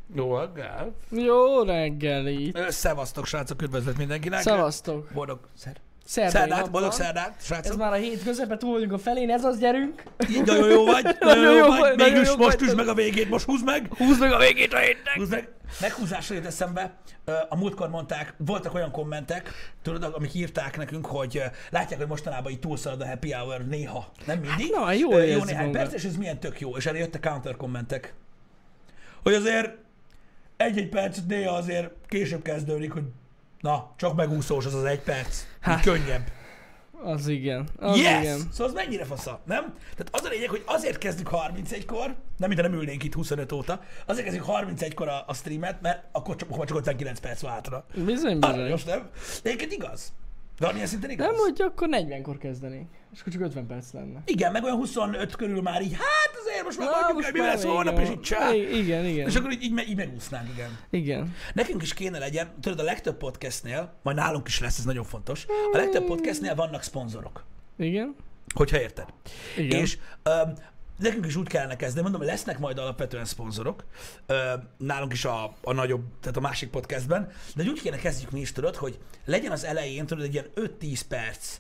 Jó reggel. Jó reggelit. Szevasztok, srácok, üdvözlet mindenkinek. Szevasztok. Boldog Szerdát, boldog szerdát, srácok. Ez már a hét közepe, túl vagyunk a felén, ez az, gyerünk. Így nagyon jó vagy, nagyon jó vagy. nagyon Mégis jó most vagy. üsd meg a végét, most húzd meg. Húzd meg a végét a hétnek. Húzd meg. Meghúzásra jött eszembe, a múltkor mondták, voltak olyan kommentek, tudod, amik írták nekünk, hogy látják, hogy mostanában így túlszalad a happy hour néha, nem mindig. Na, jó jó érzi néhány magad. perc, és ez milyen tök jó, és erre jöttek counter kommentek. Hogy azért egy-egy percet néha azért később kezdődik, hogy na, csak megúszós az az egy perc, így könnyebb. Az igen. Az Yes! igen. Szóval az mennyire fasza, nem? Tehát az a lényeg, hogy azért kezdjük 31-kor, nem mintha nem ülnénk itt 25 óta, azért kezdjük 31-kor a streamet, mert akkor csak 59 perc van hátra. Bizony, bizony. Aranyos, nem? De egyébként igaz. Valamilyen szinten igaz? Nem, hogy akkor 40-kor kezdenénk. És akkor csak 50 perc lenne. Igen, meg olyan 25 körül már így, hát azért most már Na, mondjuk most el, mi már lesz igen. holnap, és így csá. Igen. És akkor így megúsznánk, igen. Igen. Nekünk is kéne legyen, tudod, a legtöbb podcastnél, majd nálunk is lesz, ez nagyon fontos, a legtöbb podcastnél vannak szponzorok. Igen. Hogyha érted. Igen. És nekünk is úgy kellene kezdeni, mondom, hogy lesznek majd alapvetően szponzorok, nálunk is a nagyobb, tehát a másik podcastben, de úgy kéne kezdjük mi is, tudod, hogy legyen az elején, tudod, egy ilyen 5-10 perc,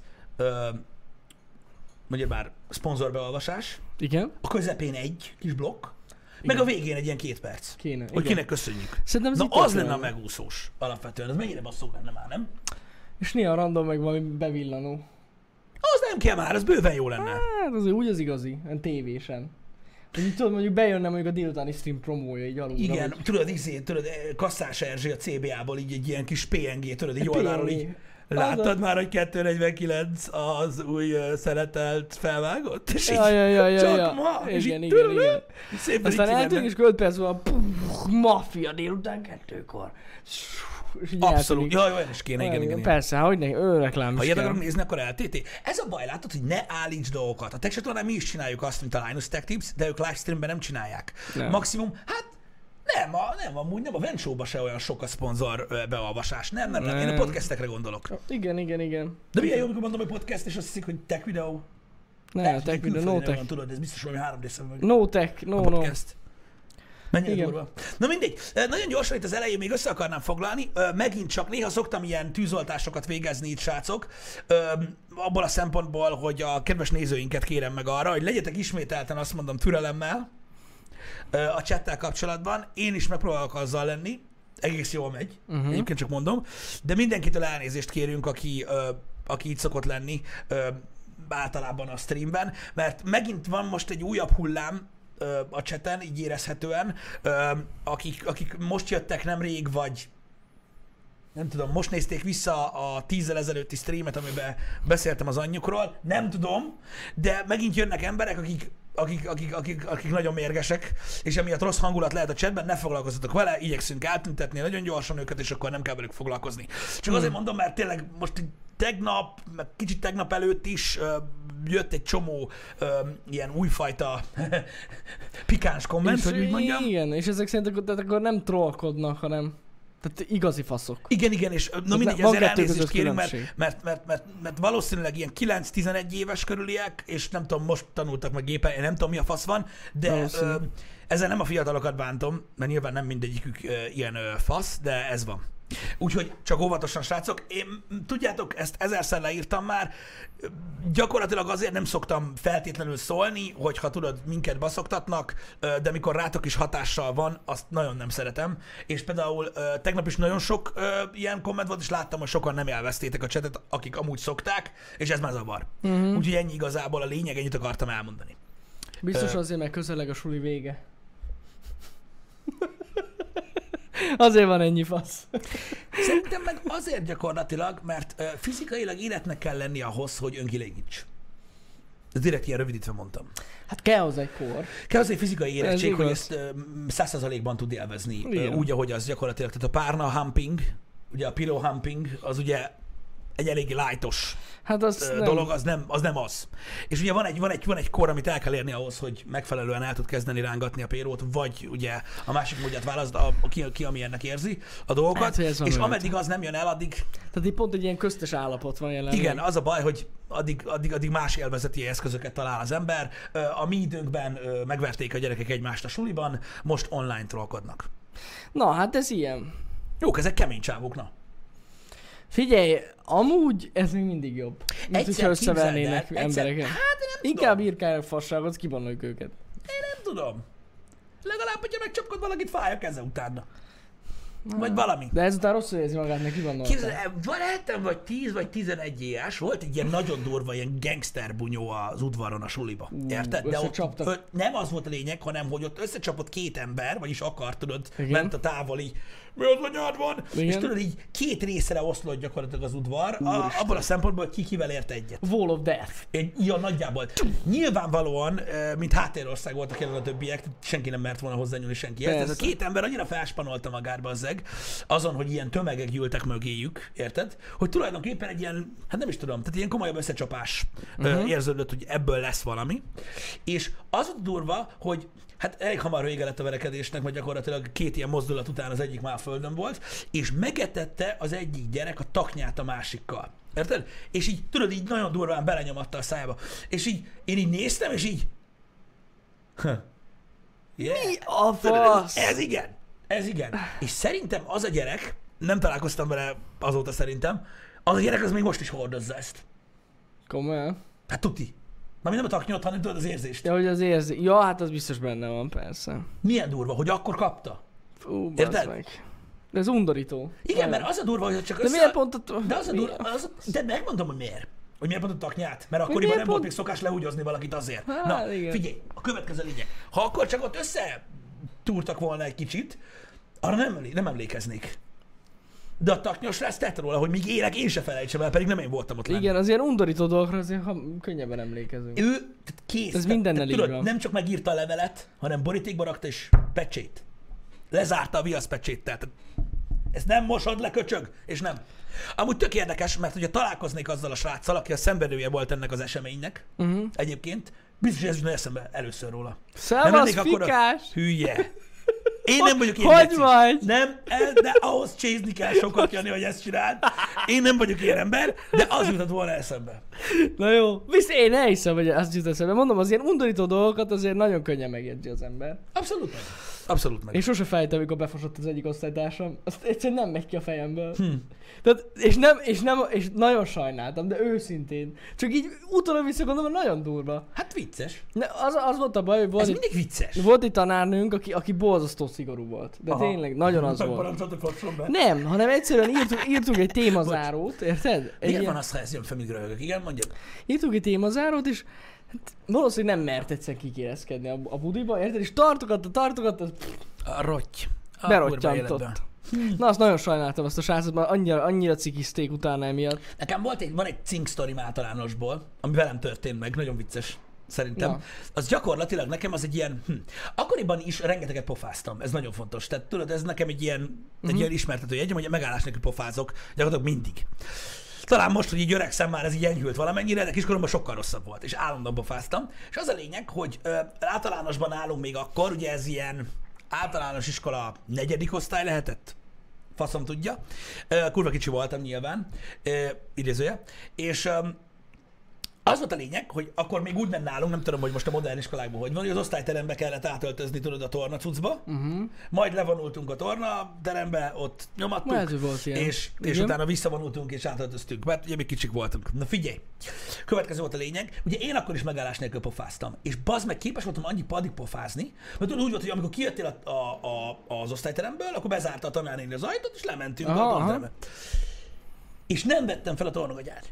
mondjuk már szponzorbeolvasás, Igen. a közepén egy kis blokk, meg a végén egy ilyen 2 perc. Kéne. Hogy Igen. kinek köszönjük. Szerintem ez Na így az tök lenne a jó. megúszós alapvetően, ez mennyire basszó lenne már, nem? És néha random meg valami bevillanó. Az nem kell már, az bőven jó lenne. Hát azért úgy az igazi, olyan tévésen. Hogy tudod, mondjuk bejönne mondjuk a délutáni stream promója így alulra. Igen, hogy- tudod, Kasszás Erzsé a CBA-ból így egy ilyen kis PNG, tudod, így PNG. oldalról így. Láttad már, hogy 249 az új szeretelt felvágott? És így, Ja. csak ma, és Igen, így, igen, tudod, igen. szépen Aztán így eltűnik, kimenne. és 5 perc van, maffia délután 2-kor. És így Abszolút, eltűnik. olyan is kéne, igen. Persze, hogy ne, ő reklám Ha is ilyet kell. akarok nézni, akkor LTT. Ez a baj, látod, hogy ne állíts dolgokat. A Tech Csatornán mi is csináljuk azt, mint a Linus Tech Tips, de ők livestreamben nem csinálják. Nem. Maximum, hát nem, amúgy nem a Venshowba se olyan sok a szponzor beolvasás. Nem. Én a Nem. podcastekre gondolok. Igen. De milyen jó, amikor mondom, hogy podcast, és azt hiszik, hogy tech videó. Ne, tech video, no Van, tech. tudod, ez biztos valami 3D szemüveg. No tech, A no. podcast. Mennyire Igen. durva. Na mindegy, nagyon gyorsan itt az elején még össze akarnám foglalni. Megint csak néha szoktam ilyen tűzoltásokat végezni itt, srácok. Abból a szempontból, hogy a kedves nézőinket kérem meg arra, hogy legyetek ismételten, azt mondom, türelemmel a chattel kapcsolatban. Én is megpróbálok azzal lenni. Egész jól megy, egyébként csak mondom. De mindenkitől elnézést kérünk, aki így szokott lenni általában a streamben, mert megint van most egy újabb hullám a chaten, így érezhetően, akik most jöttek nemrég, vagy nem tudom, most nézték vissza a 10-el ezelőtti streamet, amiben beszéltem az anyjukról, nem tudom, de megint jönnek emberek, akik nagyon mérgesek, és emiatt rossz hangulat lehet a chatben, ne foglalkozzatok vele, igyekszünk eltüntetni nagyon gyorsan őket, és akkor nem kell velük foglalkozni. Csak azért mondom, mert tényleg most így tegnap, meg kicsit tegnap előtt is jött egy csomó ilyen újfajta pikáns komment, hogy úgy mondjam. Igen, és ezek szerint akkor nem trollkodnak, hanem tehát igazi faszok. Igen, és na mindegy, van ezért kettő elnézést között kérünk, különbség. mert valószínűleg ilyen 9-11 éves körüliek, és nem tudom, most tanultak meg gépen, én nem tudom, mi a fasz van, de Valószínű. ezzel nem a fiatalokat bántom, mert nyilván nem mindegyikük ilyen fasz, de ez van. Úgyhogy csak óvatosan, srácok. Én, tudjátok, ezt 1000-szer leírtam már, gyakorlatilag azért nem szoktam feltétlenül szólni, hogyha tudod, minket baszoktatnak, de mikor rátok is hatással van, azt nagyon nem szeretem. És például tegnap is nagyon sok ilyen komment volt, és láttam, hogy sokan nem elvesztétek a chatet, akik amúgy szokták, és ez már zavar. Úgyhogy ennyi igazából a lényeg, ennyit akartam elmondani. Biztos azért, mert közeleg a suli vége. Azért van ennyi fasz. Szerintem meg azért gyakorlatilag, mert fizikailag életnek kell lenni ahhoz, hogy önkilégíts. Ez direkt ilyen rövidítve mondtam. Hát kell hozzá egy kor. Kell az egy fizikai érettség, Ez hogy igaz. ezt 100%-ban tud élvezni. Igen. Úgy, ahogy az gyakorlatilag. Tehát a párna humping, ugye a pillow humping, az ugye egy eléggé lightos Hát az nem. dolog, az nem az. És ugye van egy kor, amit el kell érni ahhoz, hogy megfelelően el tud kezdeni rángatni a pérót, vagy ugye a másik módját választ, ki ami ennek érzi a dolgokat, Hát, hogy ez van és rajta. ameddig az nem jön el, addig Tehát itt pont egy ilyen köztes állapot van jelenleg. igen, az a baj, hogy addig más élvezeti eszközöket talál az ember. A mi időnkben megverték a gyerekek egymást a suliban, most online trollkodnak. Na, hát ez ilyen. Jók, ezek kemény csávok, na. Figyelj, amúgy ez még mindig jobb. Mint hogyha összevernének embereket. Hát én nem Inkább tudom. írkálják fasságot, kibannoljuk őket. Én nem tudom. Legalább, hogyha megcsapkod valakit, fáj a keze utána. Vagy valami. De ezután rosszul érzi magát, neki kibannolták. Képzeld, lehettem vagy 10 vagy 11 éves, volt egy ilyen nagyon durva, ilyen gangster bunyó az udvaron a suliba. Érted? De összecsaptak. ott nem az volt a lényeg, hanem hogy ott összecsapott két ember, vagyis akart, tudod, Igen. ment a távol így, mi az anyád van? Igen. És tudod, így két részre oszlott gyakorlatilag az udvar, abban a szempontból, hogy ki kivel ért egyet. Wall of Death. Ja, nagyjából. Nyilvánvalóan, mint háttérország voltak jelen a többiek, senki nem mert volna hozzányúlni senkihez. Ez a Persze. két ember annyira felspanolta magát azzeg, azon, hogy ilyen tömegek gyűltek mögéjük, érted? Hogy tulajdonképpen egy ilyen, hát nem is tudom, tehát ilyen komolyabb összecsapás érződött, hogy ebből lesz valami. És az ott durva, hogy hát elég hamar vége lett a verekedésnek, mert gyakorlatilag két ilyen mozdulat után az egyik már a földön volt, és megetette az egyik gyerek a taknyát a másikkal. Érted? És így, tudod, így nagyon durván belenyomatta a szájába. És így, én így néztem, és így... Yeah. Mi a Tudod, fasz? ez igen. Ez igen. És szerintem az a gyerek, nem találkoztam vele azóta szerintem, az a gyerek az még most is hordozza ezt. Komolyan? Hát tuti. Mármint nem a taknyot, hanem tudod az érzést. Ja, hogy az érzi. Ja, hát az biztos benne van, persze. Milyen durva, hogy akkor kapta. Fú, Érted? bazd meg. De ez undorító. Igen, Nagyon. mert az a durva, hogy csak De miért pont a... De az a durva, de megmondom, hogy miért. Hogy miért pont a taknyát? Mert akkoriban miért nem volt pont- még szokás lehúgyozni valakit azért. Hát, Na, igen. figyelj, a következő lényeg. Ha akkor csak ott túrtak volna egy kicsit, arra nem emlékeznék. De a taknyos lesz tett róla, hogy még élek, én se felejtsem el, pedig nem én voltam ott lenni. Igen, az ilyen undorító dolgokra azért könnyebben emlékezünk. Ő tehát kész. Ez mindennel így tudod, van. nem csak megírta a levelet, hanem borítékba rakta és pecsét. Lezárta a viaszpecséttel. Tehát ezt nem mosod le, köcsög, és nem. Amúgy tök érdekes, mert hogyha találkoznék azzal a sráccal, aki a szenvedője volt ennek az eseménynek, egyébként, biztos, hogy ez jutna eszembe először róla. Nem Szevasz, lennék akkora- fikás! Hülye. Én nem vagyok ilyen Hogy geci. vagy? Nem, de ahhoz csézni kell sokat, Jani, hogy ezt csináld. Én nem vagyok ilyen ember, de az jutott volna eszembe. Na jó. Visz én elhiszem, hogy azt jut eszembe. Mondom, az ilyen undorító dolgokat azért nagyon könnyen megjegyzi az ember. Abszolút meg. Abszolút meg. Én sose fejtem, amikor befosott az egyik osztálytársam. Azt egyszerűen nem megy ki a fejemből. Tehát, és nagyon sajnáltam, de őszintén. Csak így utólag visszagondolom, hogy nagyon durva. Hát vicces. De az volt a baj, hogy Ez mindig vicces. volt egy tanárnőnk, aki borzasztó szigorú volt. De Aha. tényleg, nagyon az volt. Megparancsoltak, fasson be. Nem, hanem egyszerűen írtunk egy témazárót, érted? Egy Miért ilyen- van az, ha ez jön fel, míg röhögök? Igen, mondjuk. Írtunk egy témazárót, és hát, valószínűleg nem mert egyszer kikérezkedni a budiba, érted? És tartogatta, A rotty. A berottyantott. kurva életbe. Na, azt nagyon sajnáltam azt a srácot, mert annyira cikizték utána emiatt. Nekem van egy cink sztorim általánosból, ami velem történt meg, nagyon vicces. Szerintem. Na. Az gyakorlatilag nekem az egy ilyen... Akkoriban is rengeteget pofáztam, ez nagyon fontos. Tehát tudod, ez nekem egy ilyen ismertető jegyem, hogy a megállás nélkül pofázok, gyakorlatilag mindig. Talán most, hogy így öregszem, már ez így enyhült valamennyire, de kiskoromban sokkal rosszabb volt, és állandóan pofáztam. És az a lényeg, hogy általánosban állunk még akkor, ugye ez ilyen általános iskola 4. osztály lehetett, faszom tudja. Kurva kicsi voltam nyilván, idézője. És az volt a lényeg, hogy akkor még úgy ment nálunk, nem tudom, hogy most a modern iskolákban hogy van, hogy az osztályterembe kellett átöltözni, tudod, a tornacucba. Majd levonultunk a tornaterembe, ott nyomattuk, Lehet, hogy volt ilyen. és Igen. utána visszavonultunk és átöltöztünk, mert ugye még kicsik voltunk. Na figyelj, következő volt a lényeg, ugye én akkor is megállás nélkül pofáztam, és bazd meg képes voltam annyi padig pofázni, mert tudod, úgy volt, hogy amikor kijöttél az osztályteremből, akkor bezárta a tanárnéni az ajtót, és lementünk a tornaterembe. És nem vettem fel a tornagagyát.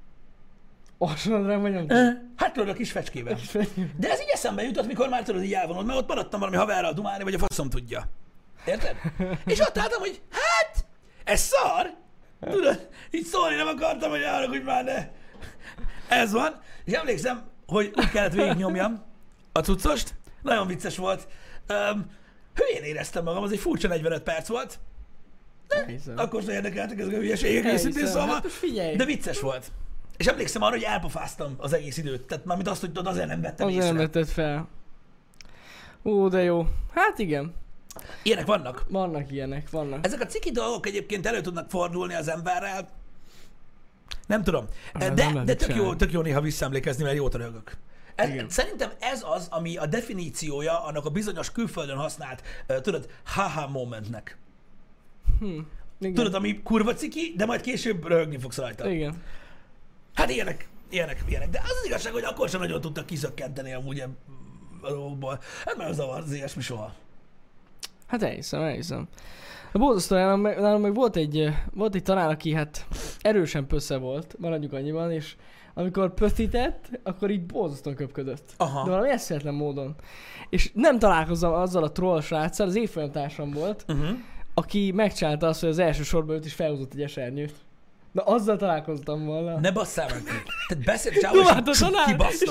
Osonra vagyok. Hát tudod, a kis fecskével. De ez így eszembe jutott, mikor már tudod, így elvonult, mert ott maradtam valami haverral dumálni, vagy a faszom tudja. Érted? És ott álltam, hogy hát, ez szar. Tudod, így szólni nem akartam, hogy állok, hogy már ne. Ez van. És emlékszem, hogy úgy kellett végignyomjam a cuccost. Nagyon vicces volt. Hülyén éreztem magam, az egy furcsa 45 perc volt. Akkor sem érdekeltek ezek a hülyeségek, őszintén szólva. Hát most figyelj. De vicces volt. És emlékszem arra, hogy elpofáztam az egész időt. Tehát mármint azt, hogy tudod, azért nem vettem Azért nem észre. vetted fel. Ó, de jó. Hát igen. Ilyenek vannak. Vannak ilyenek, vannak. Ezek a ciki dolgok egyébként elő tudnak fordulni az emberrel. Nem tudom. Nem De lehet tök csinálni. jó néha visszaemlékezni, mert jót röhögök. Szerintem ez az, ami a definíciója annak a bizonyos külföldön használt, tudod, haha momentnek. Igen. Tudod, ami kurva ciki, de majd később röhögni fogsz rajta. Igen. Hát ilyenek. De az igazság, hogy akkor sem nagyon tudtak kiszökkenteni amúgy a dolgokból. Hát már zavar az ilyesmi soha. Hát elhiszem. A borzasztó, nálam meg volt egy tanár, aki hát erősen pösze volt, maradjuk annyiban, és amikor pöszített, akkor így borzasztóan köpködött. Aha. De valami eszméletlen módon. És nem találkoztam azzal a troll sráccal, az évfolyamtársam volt, aki megcsinálta azt, hogy az első sorban őt is felhúzott egy esernyőt. Na azzal találkoztam volna. Ne basszál meg. Tehát beszélt Csávó, és kibaszta.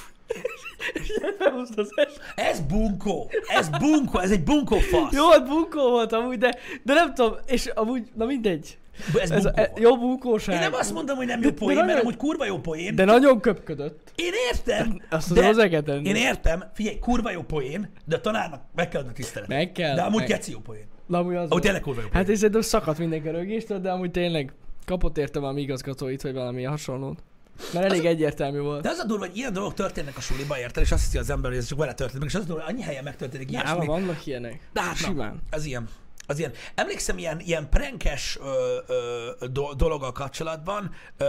Ez bunkó. Ez egy bunkó fasz. Jó, hát bunkó volt amúgy, de nem tudom, és amúgy, na mindegy. Ez bunkó volt. Jó bunkóság. Én nem azt mondom, hogy nem jó poén, mert amúgy kurva jó poén. De nagyon köpködött. Én értem. Azt tudom hozzá kell tenni. Én értem. Figyelj, kurva jó poén, de a tanárnak meg kell adni tisztelet. Meg kell. De amúgy geci jó poén. Na, amúgy az tényleg kurva jó poén. Hát és szerintem szakadt mindenki a rögéstől, de amúgy tényleg kapott érte valami igazgatóit, vagy valami hasonlót. Mert elég egyértelmű volt. De az a durva, hogy ilyen dolgok történnek a suliba, érted? És azt hiszi az ember, hogy ez csak vele történik. És az a durva, hogy annyi helyen megtörténik ilyesmi. Nálam vannak ilyenek. De hát simán. Az ilyen. Emlékszem ilyen prankes dologgal kapcsolatban.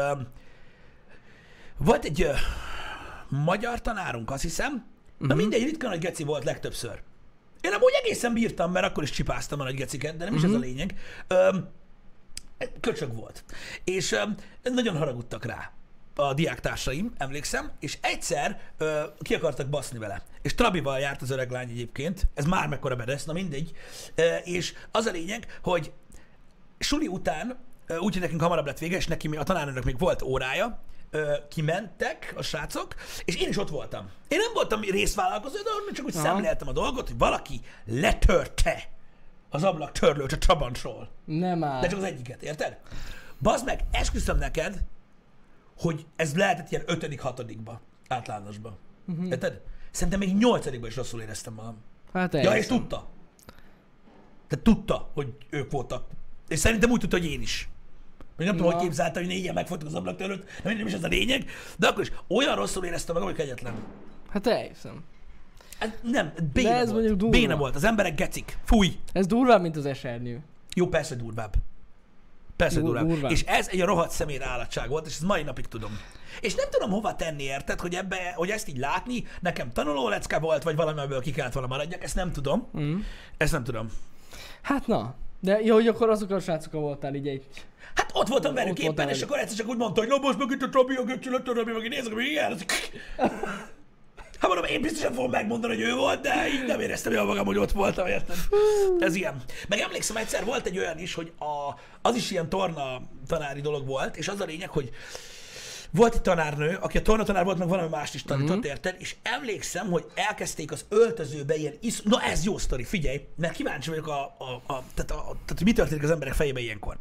Volt egy magyar tanárunk, azt hiszem. Na mindegy, ritka nagy geci volt legtöbbször. Én amúgy egészen bírtam, mert akkor is csipáztam a nagy geciket, de nem is ez a lényeg. Köcsög volt. És nagyon haragudtak rá a diáktársaim, emlékszem, és egyszer ki akartak baszni vele. És Trabival járt az öreg lány egyébként, ez már mekkora bedesz, na mindegy. És az a lényeg, hogy suli után, úgyhogy nekünk hamarabb lett vége, és neki a tanárnőnek még volt órája, kimentek a srácok, és én is ott voltam. Én nem voltam részvállalkozó, de csak úgy szemléltem a dolgot, hogy valaki letörte az ablaktörlőt a Trabantról. Nem áll. De csak az egyiket, érted? Bazd meg, esküszöm neked, hogy ez lehetett ilyen 5.-6. általánosba. Érted? Szerintem még 8. is rosszul éreztem magam. Hát ja, és tudta. Tehát tudta, hogy ők voltak. És szerintem úgy tudta, hogy én is. Még nem tudom, hogy képzelte, hogy 4-en megfogtuk az ablaktörlőt, nem is ez a lényeg, de akkor is olyan rosszul éreztem magam, hogy kegyetlen. Hát elhiszem. Hát nem, béna volt. Az emberek gecik. Fúj. Ez durvább, mint az esernyő. Jó, persze durvább. Persze durvább. És ez egy rohadt személy állatság volt, és ez mai napig tudom. És nem tudom hova tenni, érted, hogy ezt így látni, nekem tanuló lecke volt, vagy valamiből ki kellett volna maradjak, ezt nem tudom. Ezt nem tudom. Hát na. De jó, hogy akkor azok a srácokkal voltál így egy... Hát ott voltam velük éppen, és akkor egyszer csak úgy mondta, hogy na most meg itt a Trabi, a Göcsül, a Trabi, meg én nézek, hogy ilyen. Hát mondom, én biztosan fogom megmondani, hogy ő volt, de így nem éreztem jól magam, hogy ott voltam, érted? Ez ilyen. Meg emlékszem, egyszer volt egy olyan is, hogy az is ilyen torna tanári dolog volt, és az a lényeg, hogy volt egy tanárnő, aki a tornatanár volt, meg valami mást is tanított, érted? És emlékszem, hogy elkezdték az öltözőbe ilyen na ez jó sztori, figyelj, mert kíváncsi vagyok tehát, hogy mi történik az emberek fejében ilyenkor.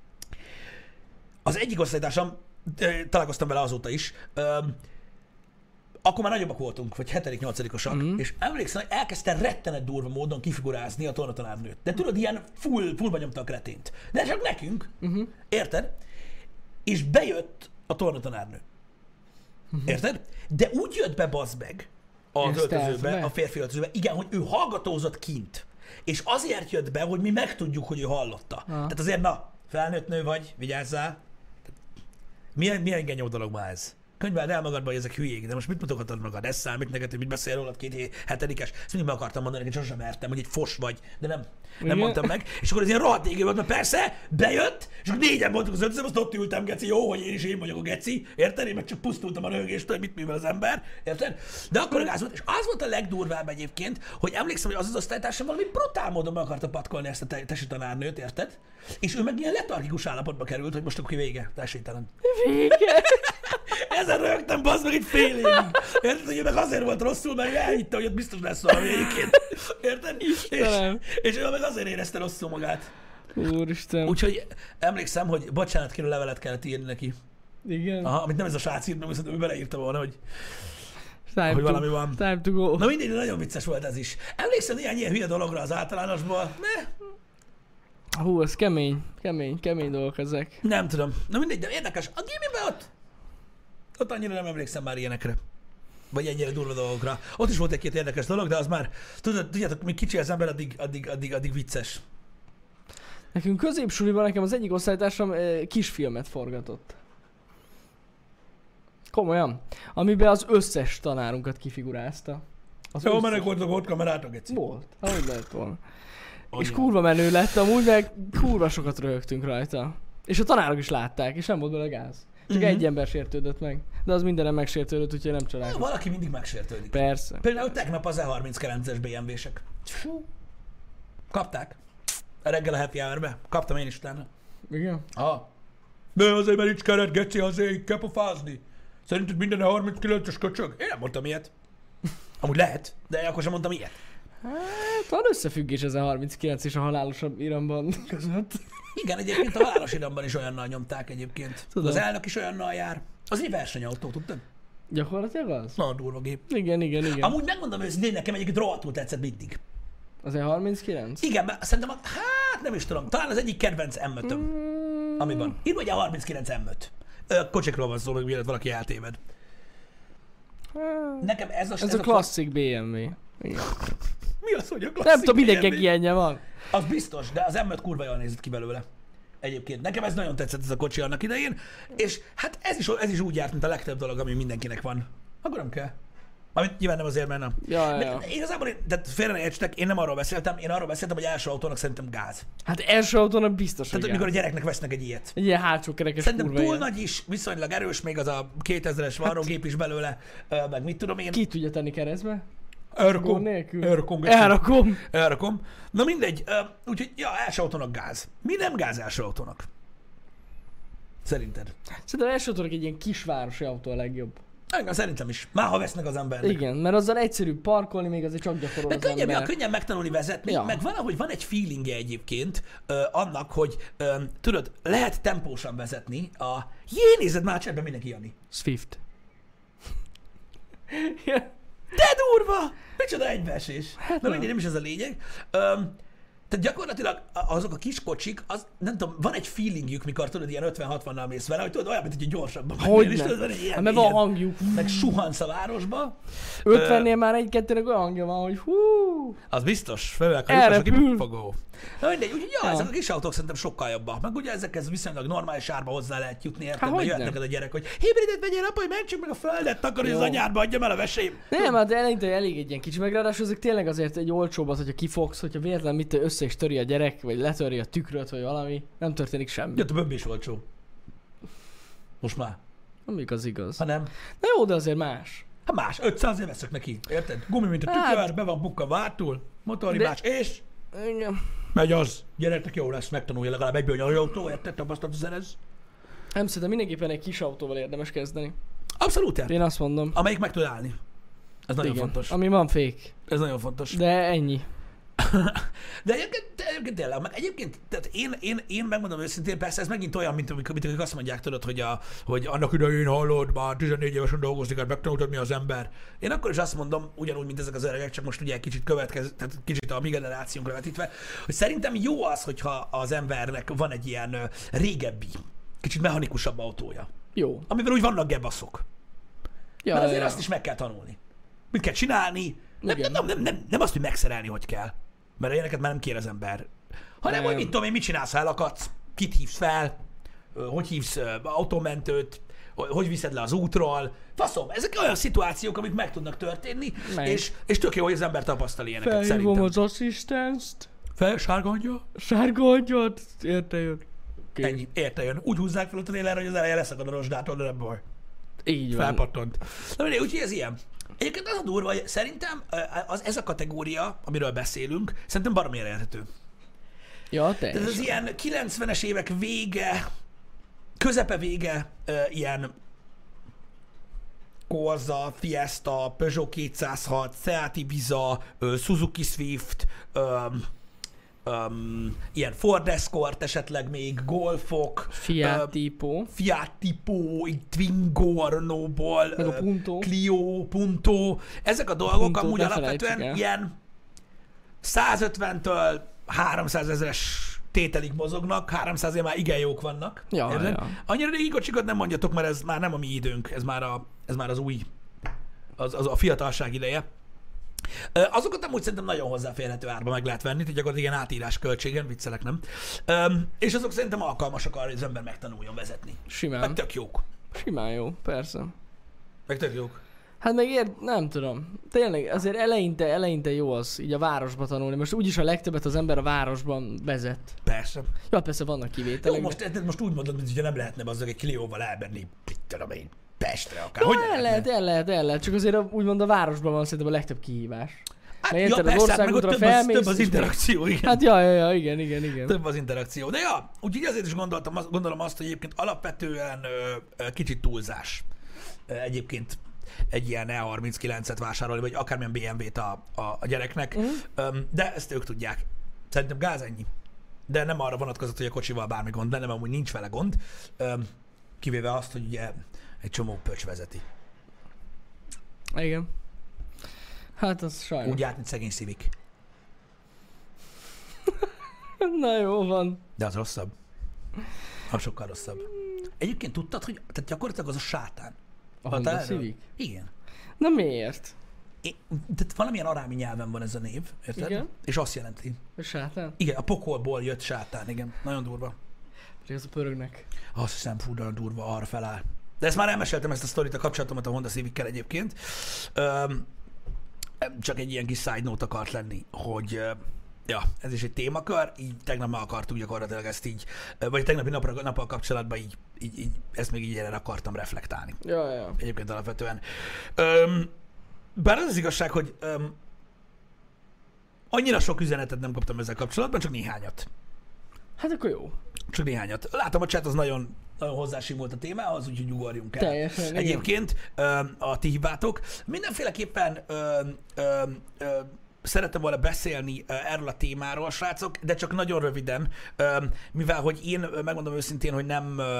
Az egyik osztálytársam, találkoztam vele azóta is, akkor már nagyobbak voltunk, vagy 7.-8-osak, és emlékszem, hogy elkezdte rettenet durva módon kifigurázni a tornatanárnőt. De tudod, ilyen fullba nyomta a kretént. De csak nekünk, érted? És bejött a tornatanárnő. Érted? De úgy jött be, bazd meg, az öltözőbe, a férfi öltözőbe, igen, hogy ő hallgatózott kint. És azért jött be, hogy mi megtudjuk, hogy ő hallotta. Tehát azért, na, felnőtt nő vagy, vigyázzál. Milyen genyó dolog már ez? Könyveld el magadba, hogy ezek hülyék, de most mit mutogatod magad? Ez számít neked, hogy mit beszél rólad 2 hetedikes? Ezt mindig meg akartam mondani, hogy sosem mertem, hogy egy fos vagy, de nem mondtam meg. És akkor ez ilyen rohadt égő volt, mert persze, bejött, és akkor 4-en voltunk az öltözőben, azt ott ültem, geci, jó, hogy én vagyok a geci, érted? Én meg csak pusztultam a röhögéstől, mit művel az ember, érted? De akkor gáz volt, és az volt a legdurvább egyébként, hogy emlékszem, hogy az osztálytársam valami brutál módon meg akarta patkolni ezt a tesi tanárnőt, érted? És ő meg ilyen letargikus állapotba került, hogy most akkor vége, esélytelen. Vége! Ezen rögtem, bazd meg, egy fél évig. Érted, hogy ő meg azért volt rosszul, mert ő elhitte, hogy ott biztos lesz valami egyébként. Érted? És ő meg azért érezte rosszul magát. Úristen. Úgyhogy emlékszem, hogy bocsánat, kérő levelet kellett írni neki. Igen. Aha, amit nem ez a srác írt, meg viszont ő beleírta volna, hogy valami van. Time to go. Na mindegy, nagyon vicces volt ez is. Emlékszem néhány ilyen hülye dologra az általánosból? Hú, ez kemény dolgok ezek. Nem tudom. Na mindegy, de érdekes. A gimiben ott annyira nem emlékszem már ilyenekre. Vagy ennyire durva dolgokra. Ott is volt egy-két érdekes dolog, de az már, tudjátok, még kicsi az ember, addig vicces. Nekünk középsuliban nekem az egyik osztálytársam kisfilmet forgatott. Komolyan. Amiben az összes tanárunkat kifigurázta. Jó, mennek voltak ott kamerátok egyszer. Volt. Ahogy lehet volna. És kurva menő lett amúgy, meg kurva sokat röhögtünk rajta. És a tanárok is látták, és nem volt belőle gáz. Csak egy ember sértődött meg. De az mindenem megsértődött, úgyhogy nem csalálkozom. Valaki mindig megsértődik. Persze. Például tegnap az E39-es BMW-sek. Kapták. Reggel a happy hour-be. Kaptam én is utána. Igen? De azért, mert itt keret, geci, azért kell pofázni. Szerinted minden 39-es köcsög? Én nem mondtam ilyet. Amúgy lehet, de akkor sem mondtam ilyet. Hát van összefüggés ez a 39 és a halálos iramban között. Igen, egyébként a halálos iramban is olyannal nyomták egyébként. Tudom. Az elnök is olyannal jár. Az egy versenyautó, tudtad? Gyakorlatilag az? Nagyon durva gép. Igen. Amúgy megmondom őszintén, nekem egyébként rohadtul tetszett mindig. Az E39? Igen, mert szerintem, hát nem is tudom, talán az egyik kedvenc M5-öm, ami van. Írva, hogy a 39 M5. Kocsikról van szó, meg mielőtt valaki eltéved. Nekem ez a klasszik BMW. Igen. Mi az, hogy a klasszik Nem tudom, mindenkinek BMW? ilyenje van. Az biztos, de az M5 kurva jól nézett ki belőle. Egyébként. Nekem ez nagyon tetszett ez a kocsi annak idején, és hát ez is úgy járt, mint a legtöbb dolog, ami mindenkinek van. Akkor nem kell. Amit nyilván nem azért, mert nem. Ja. Igazából, tehát félre ne értsetek, én nem arról beszéltem, én arról beszéltem, hogy első autónak szerintem gáz. Hát első autónak biztos, Tehát hogy amikor a gyereknek vesznek egy ilyet. egy ilyen hátsó kerekes Szerintem kurva túl ilyen. nagy is, viszonylag erős, még az a 2000-es varrógép is belőle, meg mit tudom én. Ki tudja tenni keresztbe? Elrakom. Gond nélkül? Elrakom. Na mindegy, úgyhogy ja, első autónak gáz. Mi nem gáz első autónak? Szerinted? Szerintem első autónak egy ilyen kisvárosi autó a legjobb. Igen, szerintem is. Már ha vesznek az embernek. Igen, mert azzal egyszerű parkolni, még azért csak gyakorol Meg az ember. könnyen megtanulni vezetni, Ja. meg valahogy van egy feelingje egyébként annak, hogy tudod, lehet tempósan vezetni nézed már csetben mindenki Jani. Swift. De durva! Micsoda egybeesés. Hát Na mindegy, nem is ez a lényeg. Tehát gyakorlatilag azok a kis kocsik, nem tudom, van egy feelingjük, mikor tudod, ilyen 50-60-nal mész vele, hogy tudod, olyan, mint hogy gyorsabban Hogyne. és tudod, van egy ilyen, Hát, mert van hangjuk. meg suhansz a városba. 50-nél már egy-kettőnek olyan hangja van, hogy hú. Az biztos, főleg, ha Elrepül. lyukas a kipufogó. Na mindegy, úgyhogy Ja. ezek a kis autók szerintem sokkal jobbak. Meg ugye ezekhez viszonylag normális árba hozzá lehet jutni, érted? Hát Mert hogy jöhet nem? neked a gyerek, hogy hibridet vegyél, apa, hogy mentsük meg a földet, takarj az Jó. anyádba, adjam el a veseim. Nem, hát eleinte elég egy ilyen kicsi, meg ráadásul ezek tényleg azért egy olcsóbb az, hogyha kifogsz, hogyha véletlen mit össze is töri a gyerek, vagy letöri a tükröt, vagy valami, nem történik semmi. Jött a bömb is olcsó. Most már. Amíg az igaz. Ha nem, Na jó, de azért más. hát más, 500 év veszek neki, érted? Gumi, mint a Hát- tükör, be van bukka vátul, motorhibás, és Igen. megy az. Gyereknek jó lesz, megtanulja legalább egyből nagy autó, érted? Tapasztalatot szerez. Nem szerintem mindenképpen egy kis autóval érdemes kezdeni. Abszolút érted. Én azt mondom. Amelyik meg tud állni. Ez nagyon Igen. fontos. Ami van fék. Ez nagyon fontos. De ennyi. De egyébként tényleg, meg egyébként, tehát én megmondom őszintén, persze ez megint olyan, mint akik azt mondják, tudod, hogy annak idején hallod, már 14 évesen dolgozik, hát megtanultad, mi az ember. Én akkor is azt mondom, ugyanúgy, mint ezek az öregek, csak most ugye kicsit tehát kicsit a mi generációnkra vetítve, hogy szerintem jó az, hogyha az embernek van egy ilyen régebbi, kicsit mechanikusabb autója, Jó. amivel úgy vannak gebaszok. Ja, Mert azért ja. azt is meg kell tanulni. Mit kell csinálni, Igen. nem azt, hogy megszerelni, hogy kell. Mert ilyeneket már nem kér az ember. Hanem, Nem. hogy mit tudom én, mit csinálsz, ha elakadsz, kit hívsz fel, hogy hívsz autómentőt, hogy viszed le az útról. Faszom, ezek olyan szituációk, amik meg tudnak történni, Meg. és tök jó, hogy az ember tapasztal ilyeneket Felhívom szerintem. az asszisztenst. Sárga Sárga angyalt. Érte jön. Ennyi, érte jön. Úgy húzzák fel a trailerre, hogy az eleje leszakad a rozsdától, de nem baj. Így van. Felpattant. Na mindegy, úgyhogy ez ilyen. Egyébként az a durva, hogy szerintem ez a kategória, amiről beszélünk, szerintem baromi elérhető. Ja, Tehát az teljesen. ilyen 90-es évek vége, közepe vége, ilyen Corsa, Fiesta, Peugeot 206, Seat Ibiza, Suzuki Swift, ilyen Ford Escort esetleg még, Golfok, Fiat Tipo. Fiat Tipo, Twingo, Renault-ból, Meg a Punto. Clio, Punto. Ezek a dolgok Puntót amúgy ne alapvetően felejtsük el. ilyen 150-től 300 ezeres tételig mozognak, 300 év már igen jók vannak. Ja, Érted? ja. Annyira régi kocsikat nem mondjatok, mert ez már nem a mi időnk, ez már az új az a fiatalság ideje. Azokat amúgy szerintem nagyon hozzáférhető árba meg lehet venni, hogy gyakorlatilag ilyen átírás költségen, viccelek nem. És azok szerintem alkalmasak arra, hogy az ember megtanuljon vezetni. Simán. Meg tök jók. Simán jó, persze. Meg tök jók. Hát meg nem tudom. Tényleg azért eleinte jó az így a városba tanulni. Most úgyis a legtöbbet az ember a városban vezet. Persze. Ja, persze vannak kivételek. Jó, most úgy mondod, mintha nem lehetne azzal egy Clióval elmenni, mit tudom én, Pestre akár. Ja, Hogy el lehet. Csak azért úgymond a városban van szerintem a legtöbb kihívás. Hát, meg ja, érted, az persze, meg ott országútra több az interakció, igen. Hát ja, igen. Több az interakció. De ja, úgyhogy azért is gondolom azt, hogy egyébként alapvetően kicsit túlzás egyébként egy ilyen E39-et vásárolni, vagy akármilyen BMW-t a gyereknek. De ezt ők tudják. Szerintem gáz ennyi. De nem arra vonatkozott, hogy a kocsival bármi gond lenne, mert amúgy nincs vele gond. Kivéve azt, hogy ugye egy csomó pöcs vezeti. Igen. Hát az sajnos. Úgy át, mint szegény Civic. Na jó van. De az rosszabb. Az sokkal rosszabb. Egyébként tudtad, hogy tehát gyakorlatilag az a sátán. A Honda Civic? Igen. Na miért? Tehát valamilyen arámi nyelven van ez a név, érted? Igen. És azt jelenti. A sátán? Igen, a pokolból jött sátán, igen. Nagyon durva. Pedig az a pörögnek. Azt hiszem, fú, nagyon durva, arra feláll. De ezt már elmeséltem, ezt a sztorit, a kapcsolatomat a Honda Civic-kel egyébként. Csak egy ilyen kis side note akart lenni, hogy ja, ez is egy témakör, így tegnap már akartuk gyakorlatilag ezt így, vagy tegnapi nappal kapcsolatban így ezt még így erre akartam reflektálni. Ja. Egyébként alapvetően. Bár az igazság, hogy annyira sok üzenetet nem kaptam ezzel kapcsolatban, csak néhányat. Hát akkor jó. Csak néhányat. Látom, a chat az nagyon hozzásimult a témához, úgyhogy ugorjunk el. Teljesen, egyébként a ti hibátok. Mindenféleképpen szerettem volna beszélni erről a témáról, srácok, de csak nagyon röviden, mivel hogy én megmondom őszintén, hogy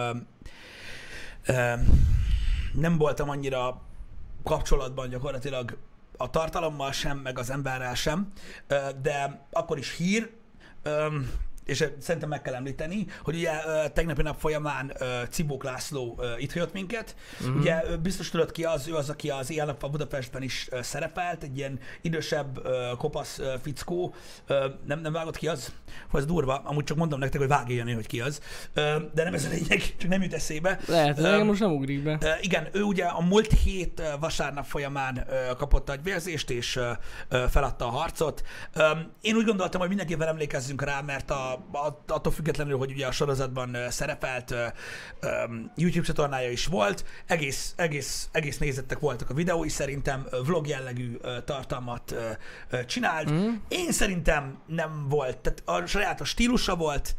nem voltam annyira kapcsolatban gyakorlatilag a tartalommal sem, meg az emberrel sem, de akkor is hír, és szerintem meg kell említeni, hogy ugye tegnapi nap folyamán Cibók László itt jött minket. Ugye biztos tudod ki az, ő az, aki az Éjjel-nappal Budapestben is szerepelt, egy ilyen idősebb kopasz fickó. Nem vágott ki az? Hogy ez durva, amúgy csak mondom nektek, hogy vágja hogy ki az. De nem ez a lényeg, csak nem jut eszébe. Lehet, most nem ugrik be. Igen, ő ugye a múlt hét vasárnap folyamán kapott agyvérzést, és feladta a harcot. Én úgy gondoltam, hogy mindenképpen emlékezzünk rá, mert attól függetlenül, hogy ugye a sorozatban szerepelt, YouTube csatornája is volt, egész nézettek voltak a videói, szerintem vlog jellegű tartalmat csinált. Én szerintem nem volt, tehát a sajátos stílusa volt,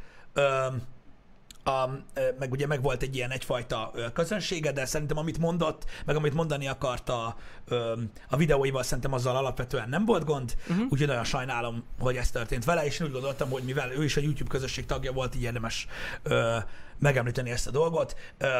meg ugye meg volt egy ilyen egyfajta közönsége, de szerintem amit mondott, meg amit mondani akart a videóival, szerintem azzal alapvetően nem volt gond, úgyhogy nagyon sajnálom, hogy ez történt vele, és én úgy gondoltam, hogy mivel ő is a YouTube közösség tagja volt, így érdemes megemlíteni ezt a dolgot.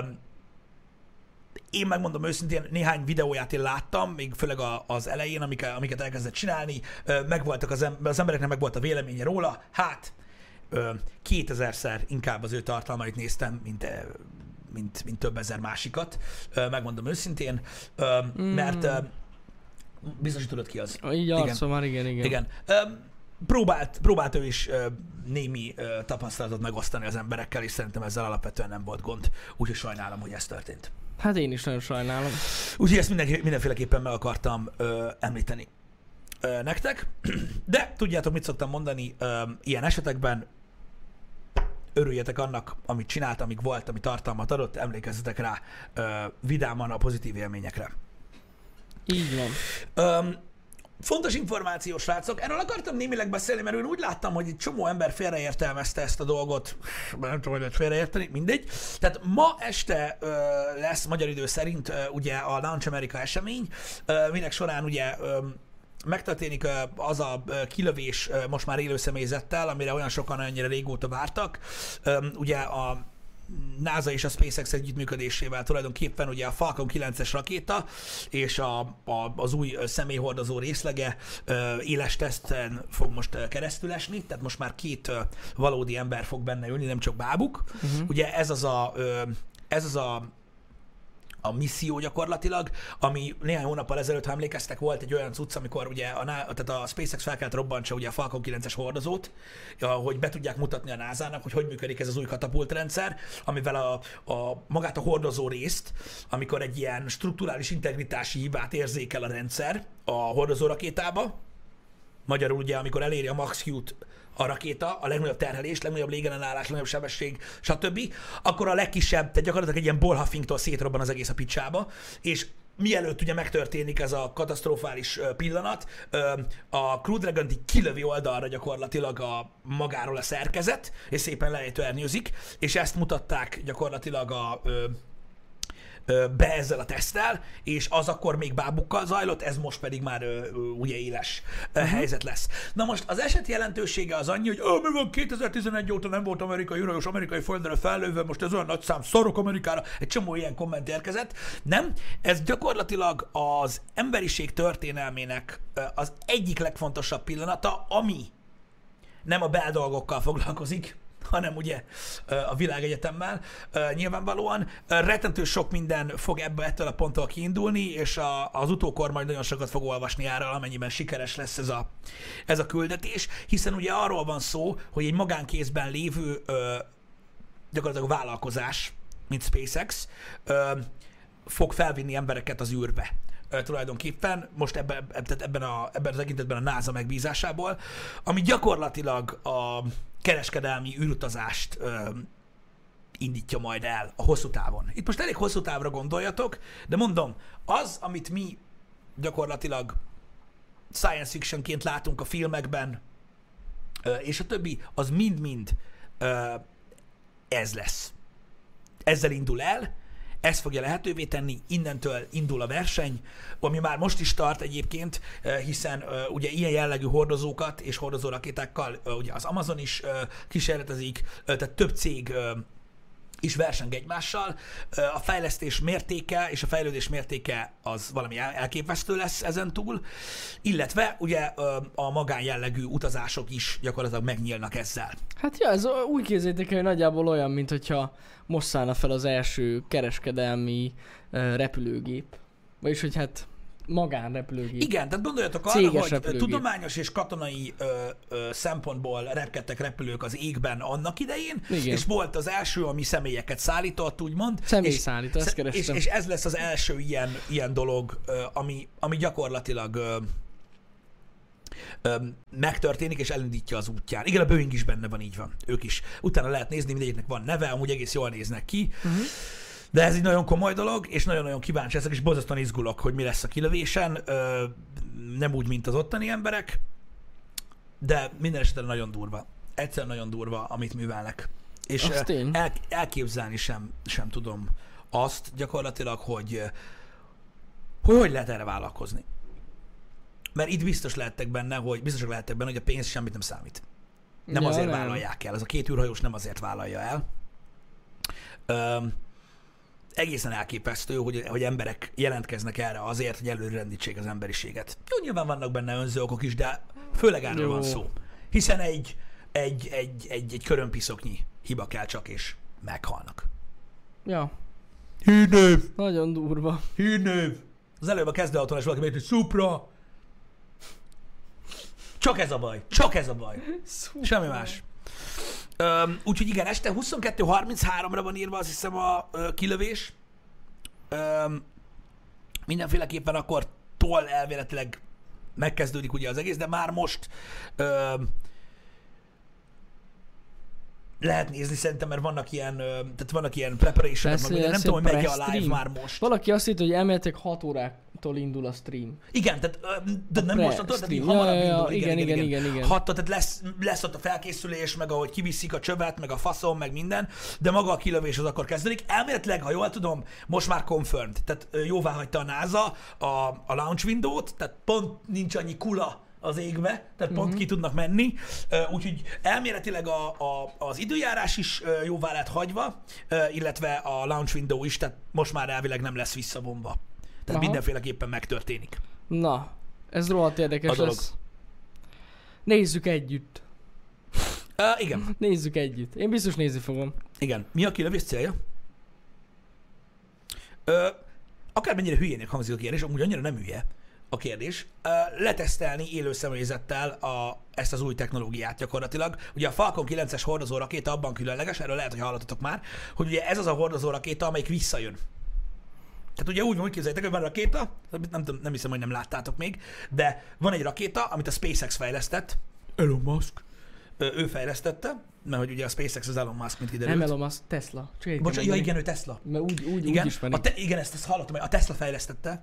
Én megmondom őszintén, néhány videóját én láttam, még főleg az elején, amiket elkezdett csinálni, megvoltak az embereknek meg volt a véleménye róla, hát 2000-szer inkább az ő tartalmait néztem, mint több ezer másikat, megmondom őszintén, mert biztos, hogy tudod ki az. Így arcom már, igen. Próbált ő is némi tapasztalatot megosztani az emberekkel, és szerintem ezzel alapvetően nem volt gond, úgyhogy sajnálom, hogy ez történt. Hát én is nagyon sajnálom. Úgyhogy ezt mindenféleképpen meg akartam említeni nektek, de tudjátok, mit szoktam mondani ilyen esetekben, örüljetek annak, amit csinált, amíg volt, ami tartalmat adott, emlékezzetek rá vidáman a pozitív élményekre. Így van. Fontos információ, srácok, erről akartam némileg beszélni, mert én úgy láttam, hogy egy csomó ember félreértelmezte ezt a dolgot, nem tudom, hogy lehet félreérteni, mindegy. Tehát ma este lesz magyar idő szerint ugye a Launch America esemény, minek során ugye megtörténik az a kilövés most már élő személyzettel, amire olyan sokan annyira régóta vártak. Ugye a NASA és a SpaceX együttműködésével tulajdonképpen ugye a Falcon 9-es rakéta és az új személyhordozó részlege éles teszten fog most keresztül esni, tehát most már 2 valódi ember fog benne ülni, nem csak bábuk. Ugye ez az a a misszió gyakorlatilag, ami néhány hónappal ezelőtt, ha emlékeztek, volt egy olyan cucc, amikor ugye tehát a SpaceX fel kellett robbantsa ugye a Falcon 9-es hordozót, hogy be tudják mutatni a NASA-nak, hogy működik ez az új katapultrendszer, amivel magát a hordozó részt, amikor egy ilyen strukturális integritási hibát érzékel a rendszer a hordozó rakétába, magyarul ugye, amikor eléri a max Q-t a rakéta, a legnagyobb terhelés, legnagyobb légellenállás, legnagyobb sebesség, stb., akkor a legkisebb, tehát gyakorlatilag egy ilyen ballhuffingtól szétrobban az egész a picsába, és mielőtt ugye megtörténik ez a katasztrofális pillanat, a Crew Dragon-t így kilövi oldalra gyakorlatilag magáról a szerkezet, és szépen lejtőernyőzik, és ezt mutatták gyakorlatilag be ezzel a teszttel, és az akkor még bábukkal zajlott, ez most pedig már ugye éles helyzet lesz. Na most az eset jelentősége az annyi, hogy mi van, 2011 óta nem volt amerikai űrhajós amerikai földre fellőve, most ez olyan nagy szám, szarok Amerikára, egy csomó ilyen komment érkezett. Nem, ez gyakorlatilag az emberiség történelmének az egyik legfontosabb pillanata, ami nem a beldolgokkal foglalkozik, hanem ugye a világegyetemmel nyilvánvalóan. Rettentő sok minden fog ettől a ponttól kiindulni, és az utókor majd nagyon sokat fog olvasni erről, amennyiben sikeres lesz ez a küldetés, hiszen ugye arról van szó, hogy egy magánkézben lévő gyakorlatilag vállalkozás, mint SpaceX, fog felvinni embereket az űrbe. Tulajdonképpen most ebben az tekintetben a NASA megbízásából, ami gyakorlatilag a kereskedelmi űrutazást indítja majd el a hosszú távon. Itt most elég hosszú távra gondoljatok, de mondom, az, amit mi gyakorlatilag science fictionként látunk a filmekben, és a többi, az mind-mind ez lesz. Ezzel indul el, ez fogja lehetővé tenni, innentől indul a verseny, ami már most is tart egyébként, hiszen ugye ilyen jellegű hordozókat és hordozórakétákkal ugye az Amazon is kísérletezik, tehát több cég is verseng egymással. A fejlesztés mértéke és a fejlődés mértéke az valami elképesztő lesz ezen túl, illetve ugye a magánjellegű utazások is gyakorlatilag megnyílnak ezzel. Hát ja, ez úgy képzeljétek el, nagyjából olyan, mint hogyha most szállna fel az első kereskedelmi repülőgép. Vagyis, hogy hát magánrepülőgép. Igen, tehát gondoljatok arra, hogy tudományos és katonai szempontból repkedtek repülők az égben annak idején, igen. És volt az első, ami személyeket szállított, úgymond. Személyszállító, ezt kerestem. És ez lesz az első ilyen dolog, ami gyakorlatilag megtörténik, és elindítja az útján. Igen, a Boeing is benne van, így van. Ők is. Utána lehet nézni, mindegyiknek van neve, amúgy egész jól néznek ki. Uh-huh. De ez egy nagyon komoly dolog, és nagyon-nagyon kíváncsi ezek, és borzasztóan izgulok, hogy mi lesz a kilövésen. Nem úgy, mint az ottani emberek, de minden esetben nagyon durva. Egyszerűen nagyon durva, amit művelnek. És elképzelni sem tudom azt gyakorlatilag, hogy lehet erre vállalkozni. Mert itt biztosak lehettek benne, hogy a pénz semmit nem számít. Nem azért vállalják el. Ez a két űrhajós nem azért vállalja el. Egészen elképesztő, hogy emberek jelentkeznek erre azért, hogy előrendítsék az emberiséget. Jó, nyilván vannak benne önző okok is, de főleg erről van szó. Hiszen egy körömpiszoknyi hiba kell csak, és meghalnak. Ja. Hírnév! Nagyon durva. Hírnév! Az előbb a kezdőautón is valaki mondja, hogy Supra! Csak ez a baj. Semmi más. Úgyhogy igen, este 22:33-ra van írva, azt hiszem, a kilövés. Mindenféleképpen akkor elméletileg megkezdődik ugye az egész, de már most lehet nézni szerintem, mert vannak ilyen preparation-ok, nem tudom, hogy megy a live már most. Valaki azt hitt, hogy elméletileg 6 órától indul a stream. Igen, tehát de nem most, tehát így hamarabb indul. Igen. 6, tehát lesz ott a felkészülés, meg ahogy kiviszik a csövet, meg a faszom, meg minden, de maga a kilövés az akkor kezdődik. Elméletileg, ha jól tudom, most már confirmed, tehát jóvá hagyta a NASA a launch window-t, tehát pont nincs annyi kula az égbe, tehát pont ki tudnak menni, úgyhogy elméletileg az időjárás is jóvá lett hagyva, illetve a launch window is, tehát most már elvileg nem lesz visszavonva. Tehát mindenféleképpen megtörténik. Na, ez rohadt érdekes lesz. Nézzük együtt. Igen. Nézzük együtt. Én biztos nézni fogom. Igen. Mi a kilövés célja? akármennyire hülyének hangzik a kérdés, amúgy annyira nem hülye a kérdés, letesztelni élő személyzettel ezt az új technológiát gyakorlatilag. Ugye a Falcon 9-es hordozó rakéta abban különleges, erről lehet, hogy hallottatok már, hogy ugye ez az a hordozó rakéta, amelyik visszajön. Tehát ugye úgy képzeljétek, hogy van rakéta, nem hiszem, hogy nem láttátok még, de van egy rakéta, amit a SpaceX fejlesztett, Elon Musk, ő fejlesztette, mert hogy ugye a SpaceX az Elon Musk, mint kiderült. Nem Elon Musk, Tesla. Bocsánat, ja igen, ő Tesla. Mert úgy Igen, ismerik. igen, ezt hallottam, hogy a Tesla fejlesztette.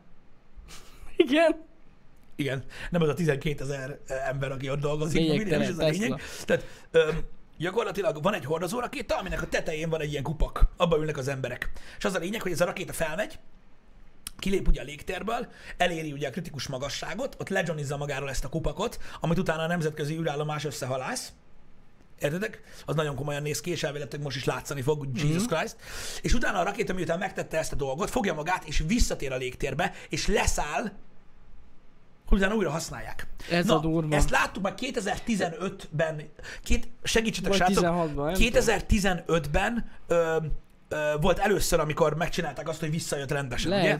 Igen. Igen, nem az a 12 000 ember, aki ott dolgozik, Lényegtelen, ez a lényeg. Tehát gyakorlatilag van egy hordozó rakéta, aminek a tetején van egy ilyen kupak, abban ülnek az emberek. És az a lényeg, hogy ez a rakéta felmegy, kilép ugye a légtérből, eléri ugye a kritikus magasságot, ott legyonizza magáról ezt a kupakot, amit utána a nemzetközi űrállomás összehalász. Értedek? Az nagyon komolyan néz ki, és elvéletleg most is látszani fog, Jesus Christ. És utána a rakéta, miután megtette ezt a dolgot, fogja magát, és visszatér a légtérbe, és leszáll, hogy utána újra használják. Ez a durva. Ezt láttuk már 2015-ben, segítsetek Vagy srácok, 16-ban, 2015-ben volt először, amikor megcsinálták azt, hogy visszajött rendesen, lehet.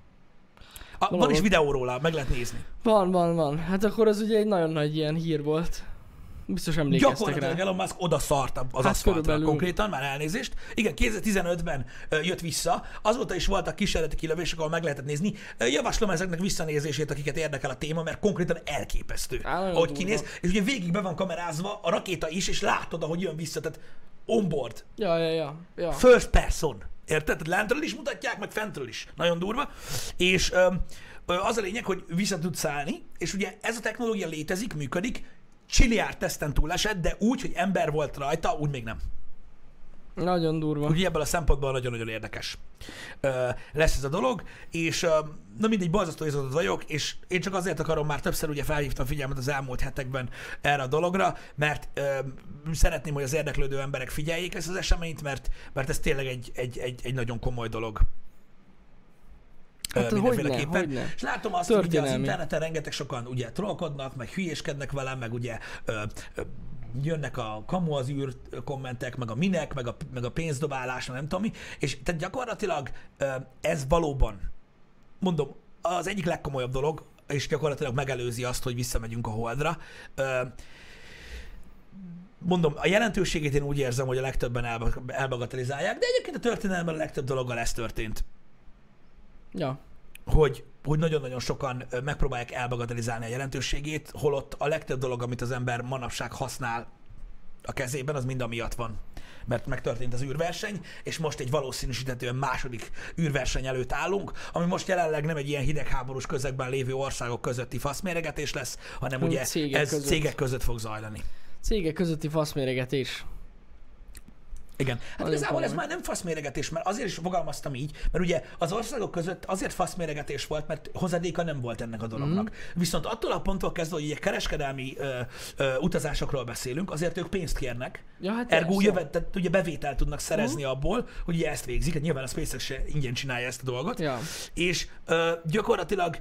ugye? Van is videó róla, meg lehet nézni. Van. Hát akkor az ugye egy nagyon nagy ilyen hír volt. Biztos emlékeztek Gyakorlatilag rá. Elon Musk oda szart az Hát aszfaltra körülbelül. konkrétan, már elnézést. Igen, 2015-ben jött vissza, azóta is voltak kísérleti kilövések, ahol meg lehetett nézni. Javaslom ezeknek visszanézését, akiket érdekel a téma, mert konkrétan elképesztő, ahogy kinéz. És ugye végig be van kamerázva a rakéta is, és látod, ahogy jön vissza, tehát onboard. Ja. First person. Érted? Tehát lentről is mutatják, meg fentről is. Nagyon durva. És az a lényeg, hogy vissza tud szállni, és ugye ez a technológia létezik, működik, csiliárd teszten túl esett, de úgy, hogy ember volt rajta, úgy még nem. Nagyon durva. Ugye ebből a szempontból nagyon-nagyon érdekes lesz ez a dolog, és na mindegy, borzasztó izgatott vagyok, és én csak azért akarom, már többször ugye felhívtam figyelmet az elmúlt hetekben erre a dologra, mert szeretném, hogy az érdeklődő emberek figyeljék ezt az eseményt, mert ez tényleg egy nagyon komoly dolog. Hát Mindenféleképpen. hogyne. És látom azt, hogy ugye az interneten rengeteg sokan ugye trollkodnak, meg hülyéskednek velem, meg ugye jönnek a kamu az űr kommentek, meg a minek, meg a pénzdobálás, nem tudom mi, és tehát gyakorlatilag ez valóban, mondom, az egyik legkomolyabb dolog, és gyakorlatilag megelőzi azt, hogy visszamegyünk a Holdra. Mondom, a jelentőségét én úgy érzem, hogy a legtöbben elbagatelizálják, de egyébként a történelemben a legtöbb dologgal ez történt. Ja. Hogy nagyon-nagyon sokan megpróbálják elbagatelizálni a jelentőségét, holott a legtöbb dolog, amit az ember manapság használ a kezében, az mind amiatt van. Mert megtörtént az űrverseny, és most egy valószínűsíthetően második űrverseny előtt állunk, ami most jelenleg nem egy ilyen hidegháborús közegben lévő országok közötti faszméregetés lesz, hanem ugye cégek között fog zajlani. Cégek közötti faszméregetés. Igen. Hát igazából ez már nem faszméregetés, mert azért is fogalmaztam így, mert ugye az országok között azért faszméregetés volt, mert hozadéka nem volt ennek a dolognak. Viszont attól a ponttól kezdve, hogy ugye kereskedelmi utazásokról beszélünk, azért ők pénzt kérnek, Ja, hát ergo tehát ugye bevételt tudnak szerezni abból, hogy ugye ezt végzik, hát nyilván a SpaceX se ingyen csinálja ezt a dolgot, Ja. és gyakorlatilag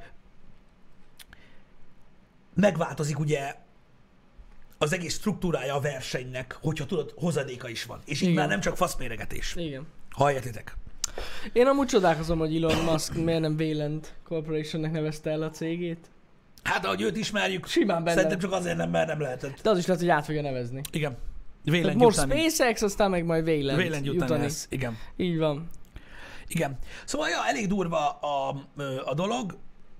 megváltozik ugye az egész struktúrája a versenynek, hogyha tudod, hozadéka is van. És így Igen. már nem csak faszméregetés. Igen. Halljátétek. Én amúgy csodálkozom, hogy Elon Musk miért nem Wayland Corporationnek nevezte el a cégét. Hát, ahogy őt ismerjük, Simán benne. szerintem csak azért nem, mert nem lehetett. De az is lehet, hogy át fogja nevezni. Igen. Tehát Wayland most utáni. SpaceX, aztán meg majd Wayland Jutani lesz. Igen. Így van. Igen. Szóval ja, elég durva a dolog.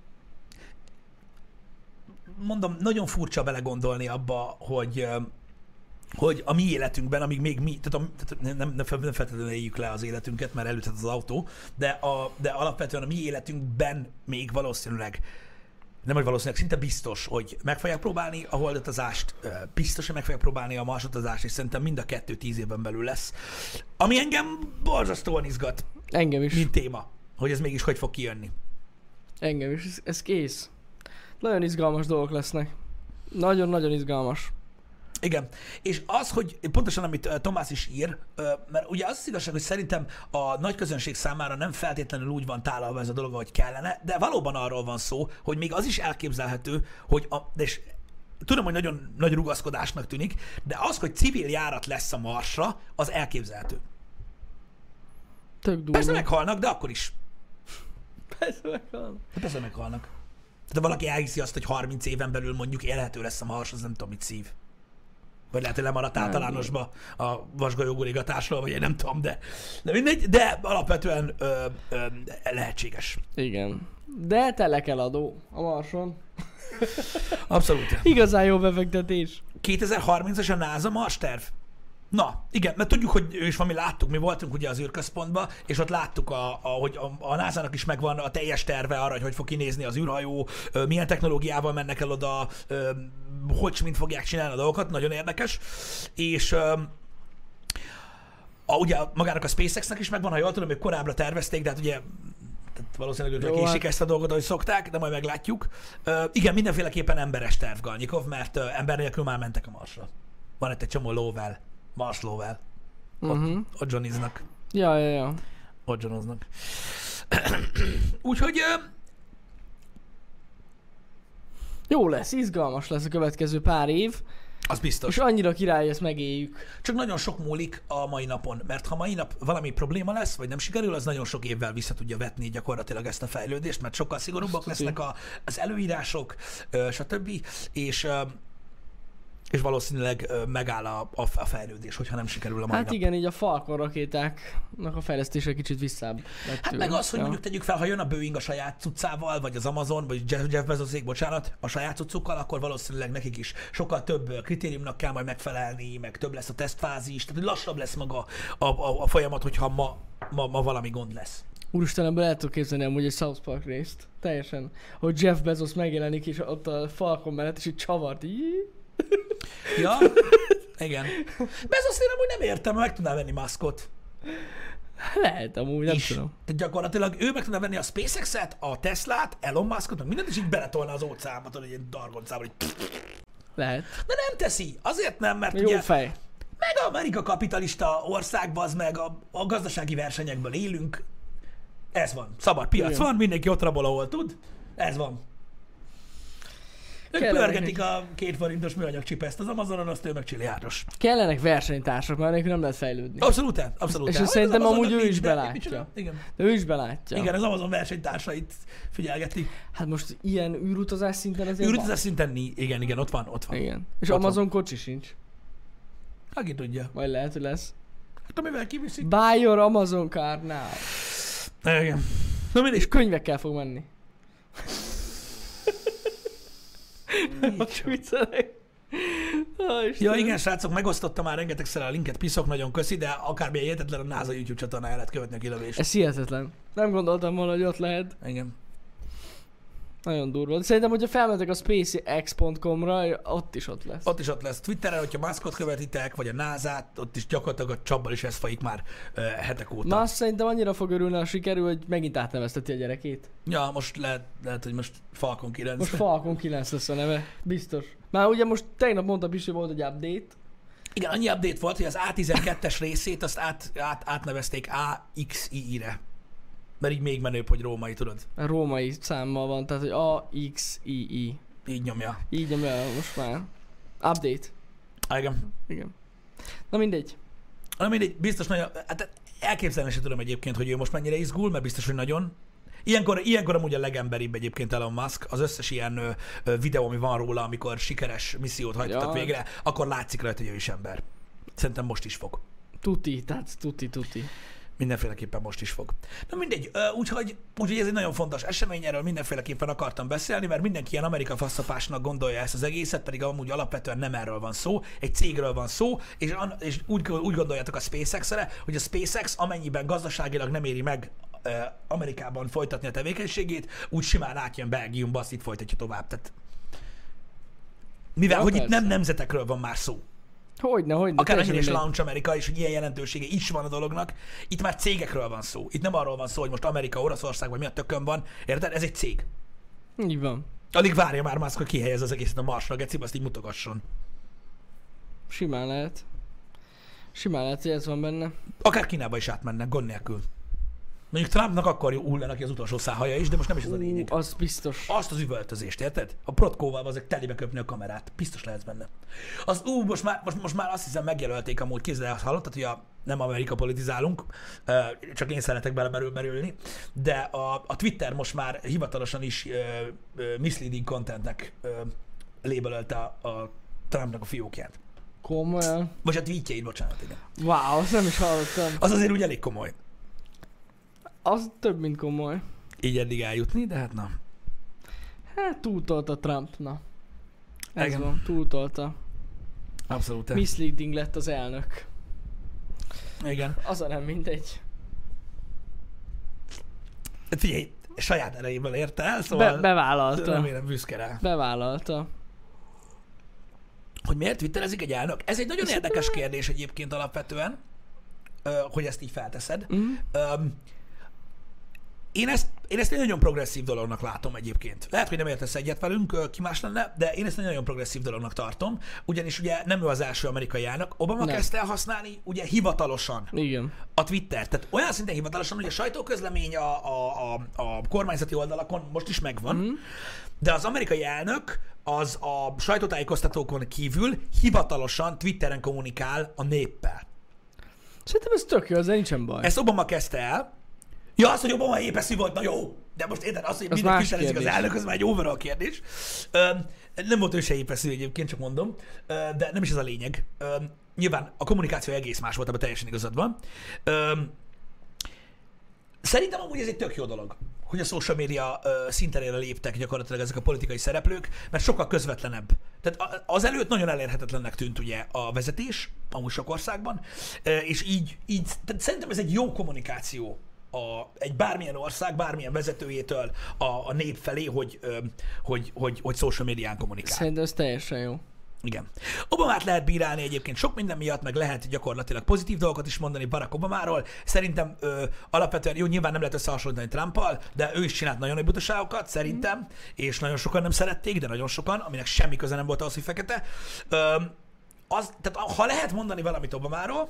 Mondom, nagyon furcsa belegondolni abba, hogy a mi életünkben, amíg még mi, tehát nem feltétlenül éljük le az életünket, mert elüthet az autó, de alapvetően a mi életünkben még valószínűleg, nem hogy valószínűleg, szinte biztos, hogy meg fogják próbálni a holdutazást, biztos, hogy meg fogják próbálni a marsutazást, és szerintem mind a kettő 10 évben belül lesz. Ami engem borzasztóan izgat, Engem is. mint téma, hogy ez mégis hogy fog kijönni. Engem is. Ez kész. Nagyon izgalmas dolgok lesznek. Nagyon-nagyon izgalmas. Igen. És az, hogy pontosan amit Tomás is ír, mert ugye az igazság, hogy szerintem a nagy közönség számára nem feltétlenül úgy van tálalva ez a dolog, ahogy kellene, de valóban arról van szó, hogy még az is elképzelhető, hogy és tudom, hogy nagyon nagy rugaszkodásnak tűnik, de az, hogy civil járat lesz a Marsra, az elképzelhető. Tök durva. Persze meghalnak, de akkor is. Persze meghalnak. Persze meghalnak. Tehát ha valaki elhiszi azt, hogy 30 éven belül mondjuk élhető lesz a Mars, az nem tudom, mit szív. Vagy lehet, hogy lemaradt általánosba a vasgolyógurigatásról, vagy én nem tudom, de mindegy, de alapvetően lehetséges. Igen. De tele kell adó a Marson. Abszolút. Igazán jó befektetés. 2030-as a NASA Mars terv? Na, igen, mert tudjuk, hogy ő is valami láttuk, mi voltunk ugye az űrközpontban, és ott láttuk, hogy a NASA-nak is megvan a teljes terve arra, hogy fog kinézni az űrhajó, milyen technológiával mennek el oda, hogy mind fogják csinálni a dolgokat, nagyon érdekes. És ugye magának a SpaceX-nek is megvan, ha jól tudom, hogy korábbra tervezték, de hát ugye tehát valószínűleg ők lekésik ezt a dolgot, ahogy szokták, de majd meglátjuk. Igen, mindenféleképpen emberes terv, Galnyikov, mert ember nélkül már mentek a Marsra. Van itt egy csomó lóvel. Mars lóvel. Ott johniznak. Ja. Ott johnoznak. Úgyhogy... Jó lesz, izgalmas lesz a következő pár év. Az biztos. És annyira király, ezt megéljük. Csak nagyon sok múlik a mai napon, mert ha mai nap valami probléma lesz, vagy nem sikerül, az nagyon sok évvel vissza tudja vetni gyakorlatilag ezt a fejlődést, mert sokkal szigorúbbak lesznek az előírások, stb. És valószínűleg megáll a fejlődés, hogyha nem sikerül a mai Hát nap. igen, így a Falcon rakétáknak a fejlesztése kicsit visszább lett Hát meg az, hogy mondjuk tegyük fel, ha jön a Boeing a saját cuccával, vagy az Amazon, vagy Jeff Bezosék, bocsánat, a saját cuccukkal, akkor valószínűleg nekik is sokkal több kritériumnak kell majd megfelelni, meg több lesz a tesztfázis, tehát hogy lassabb lesz maga a folyamat, hogyha ma valami gond lesz. Úristen, ebből el tudok képzelni amúgy egy South Park részt. Teljesen. Hogy Jeff Bezos megjelenik, és ott a Falcon mellett, és így csavart. Ja, igen. Bezos én amúgy nem értem, meg tudná venni Muskot. Lehet amúgy, nem tudom. Tehát gyakorlatilag ő meg tudná venni a SpaceX-et, a Teslát, Elon Muskot, meg mindent, és így beletolna az óceánba, tudod, egy ilyen dargoncával, hogy... Lehet. De nem teszi. Azért nem, mert Jó ugye... fej. Meg Amerika kapitalista országban, az meg a gazdasági versenyekből élünk. Ez van. Szabad piac Igen. van, mindenki ott rabol, ahol tud. Ez van. Ők pörgetik a 2 forintos műanyag csipeszt az Amazonon, azt ő meg csiliárdos. Kellenek versenytársak, mert nélkül nem lehet fejlődni. Abszolút. És ezt szerintem amúgy ő is belátja. Igen. De ő is belátja. Igen, az Amazon versenytársait figyelgeti. Hát most ilyen űrutazás szinten azért Űrutazás szinten igen, ott van. Igen. És Ott Amazon kocsi sincs. Aki tudja. Majd lehet, hogy lesz. Hát amivel kiviszik. Buy your Amazon car now. Igen. Na mindig. És könyvekkel fog menni. Most viccelek. Ja igen, srácok, megosztottam már rengetegszer a linket, piszok, nagyon köszi, de akármilyen hihetetlen a NASA YouTube csatornáját lehet követni a kilövést. Ez hihetetlen. Nem gondoltam volna, hogy ott lehet. Igen. Nagyon durva. Szerintem, hogyha felmentek a spacex.com-ra, ott is ott lesz. Ott is ott lesz. Twitteren, hogyha Muskot követitek, vagy a NASA-t, ott is gyakorlatilag a csapban is ez folyik már hetek óta. Na, azt szerintem annyira fog örülni, ha sikerül, hogy megint átnevezteti a gyerekét. Ja, most lehet, hogy most Falcon 9. Most Falcon 9 lesz a neve. Biztos. Már ugye most tegnap mondta Pisti, volt egy update. Igen, annyi update volt, hogy az A12-es részét azt átnevezték AXII-re. Mert így még menőbb, hogy római, tudod. A római számmal van, tehát hogy AXII. Így nyomja. Így nyomja most már. Update. Igen. Igen. Na mindegy. Na mindegy, biztos nagyon, hát elképzelni sem tudom egyébként, hogy ő most mennyire izgul, mert biztos, hogy nagyon. Ilyenkor amúgy a legemberibb egyébként Elon Musk, az összes ilyen videó, ami van róla, amikor sikeres missziót hajtottak végre, akkor látszik rajta, hogy ő is ember. Szerintem most is fog. Tuti, tehát tuti. Mindenféleképpen most is fog. Na mindegy, úgyhogy ez egy nagyon fontos esemény, erről mindenféleképpen akartam beszélni, mert mindenki ilyen Amerika faszapásnak gondolja ezt az egészet, pedig amúgy alapvetően nem erről van szó, egy cégről van szó, és úgy gondoljátok a SpaceX-re, hogy a SpaceX amennyiben gazdaságilag nem éri meg Amerikában folytatni a tevékenységét, úgy simán átjön Belgiumba, azt itt folytatja tovább. Tehát, mivel, hogy itt nem nemzetekről van már szó. Hogyne. Akár annyira is Launch Amerika, és hogy ilyen jelentősége is van a dolognak. Itt már cégekről van szó. Itt nem arról van szó, hogy most Amerika, Oroszország, vagy mi a tökön van. Érted? Ez egy cég. Így van. Alig várja már Musk, hogy kihelyez az egészet a Marsra, geci, azt így mutogasson. Simán lehet, hogy ez van benne. Akár Kínába is átmennek, gond nélkül. Mondjuk Trumpnak akkor jó neki az utolsó száhaja is, de most nem is ez a lényeg. Az biztos. Azt az üvöltözést, érted? A protkóval azok telibe köpni a kamerát. Biztos lehetsz benne. Most már azt hiszem megjelölték amúgy, kézzel azt hallottad, hogy nem Amerika politizálunk, csak én szeretek belemerülni, de a Twitter most már hivatalosan is misleading contentnek labelölte a Trumpnak a fiókját. Komolyan? Vagy a tweetjeit, bocsánat, igen. Wow, azt nem is hallottam. Az azért úgy elég komoly. Az több, mint komoly. Így eddig eljutni, de hát na. Hát túltolta Trump, na. Ez Igen. van, túltolta. Abszolút. Misleading lett az elnök. Igen. Az a nem mindegy. Figyelj, saját erejéből érte el, szóval Bevállalta. remélem büszke rá. Bevállalta. Hogy miért twitterezik egy elnök? Ez egy nagyon érdekes kérdés egyébként alapvetően, hogy ezt így felteszed. Én ezt egy nagyon progresszív dolognak látom egyébként. Lehet, hogy nem értesz egyet velünk, ki más lenne, de én ezt egy nagyon progresszív dolognak tartom, ugyanis ugye nem ő az első amerikai elnök. Obama kezdte el használni ugye hivatalosan Igen. a Twitter. Tehát olyan szinten hivatalosan, hogy a sajtóközlemény a kormányzati oldalakon most is megvan, de az amerikai elnök az a sajtótájékoztatókon kívül hivatalosan Twitteren kommunikál a néppel. Szerintem ez tök jó, ezzel nincsen baj. Ezt Obama kezdte el. Ja, az, hogy Obama épeszű volt, na jó. De most érted, az, hogy mindenki twitterezik az elnök, az már egy overall kérdés. Nem volt ő se épeszű egyébként, csak mondom. De nem is ez a lényeg. Nyilván a kommunikáció egész más volt, abban teljesen igazad van. Szerintem amúgy ez egy tök jó dolog, hogy a social media szinterére léptek gyakorlatilag ezek a politikai szereplők, mert sokkal közvetlenebb. Tehát azelőtt nagyon elérhetetlennek tűnt ugye a vezetés, amúgy sok országban, és így tehát szerintem ez egy jó kommunikáció egy bármilyen ország, bármilyen vezetőjétől a nép felé, hogy social médián kommunikál. Szerintem ez teljesen jó. Igen. Obamát lehet bírálni egyébként sok minden miatt, meg lehet gyakorlatilag pozitív dolgokat is mondani Barack Obamáról. Szerintem alapvetően, jó, nyilván nem lehet összehasonlítani Trumpal, de ő is csinált nagyon nagy butaságokat, szerintem, és nagyon sokan nem szerették, de nagyon sokan, aminek semmi köze nem volt ahhoz, hogy fekete. Tehát ha lehet mondani valamit Obamáról,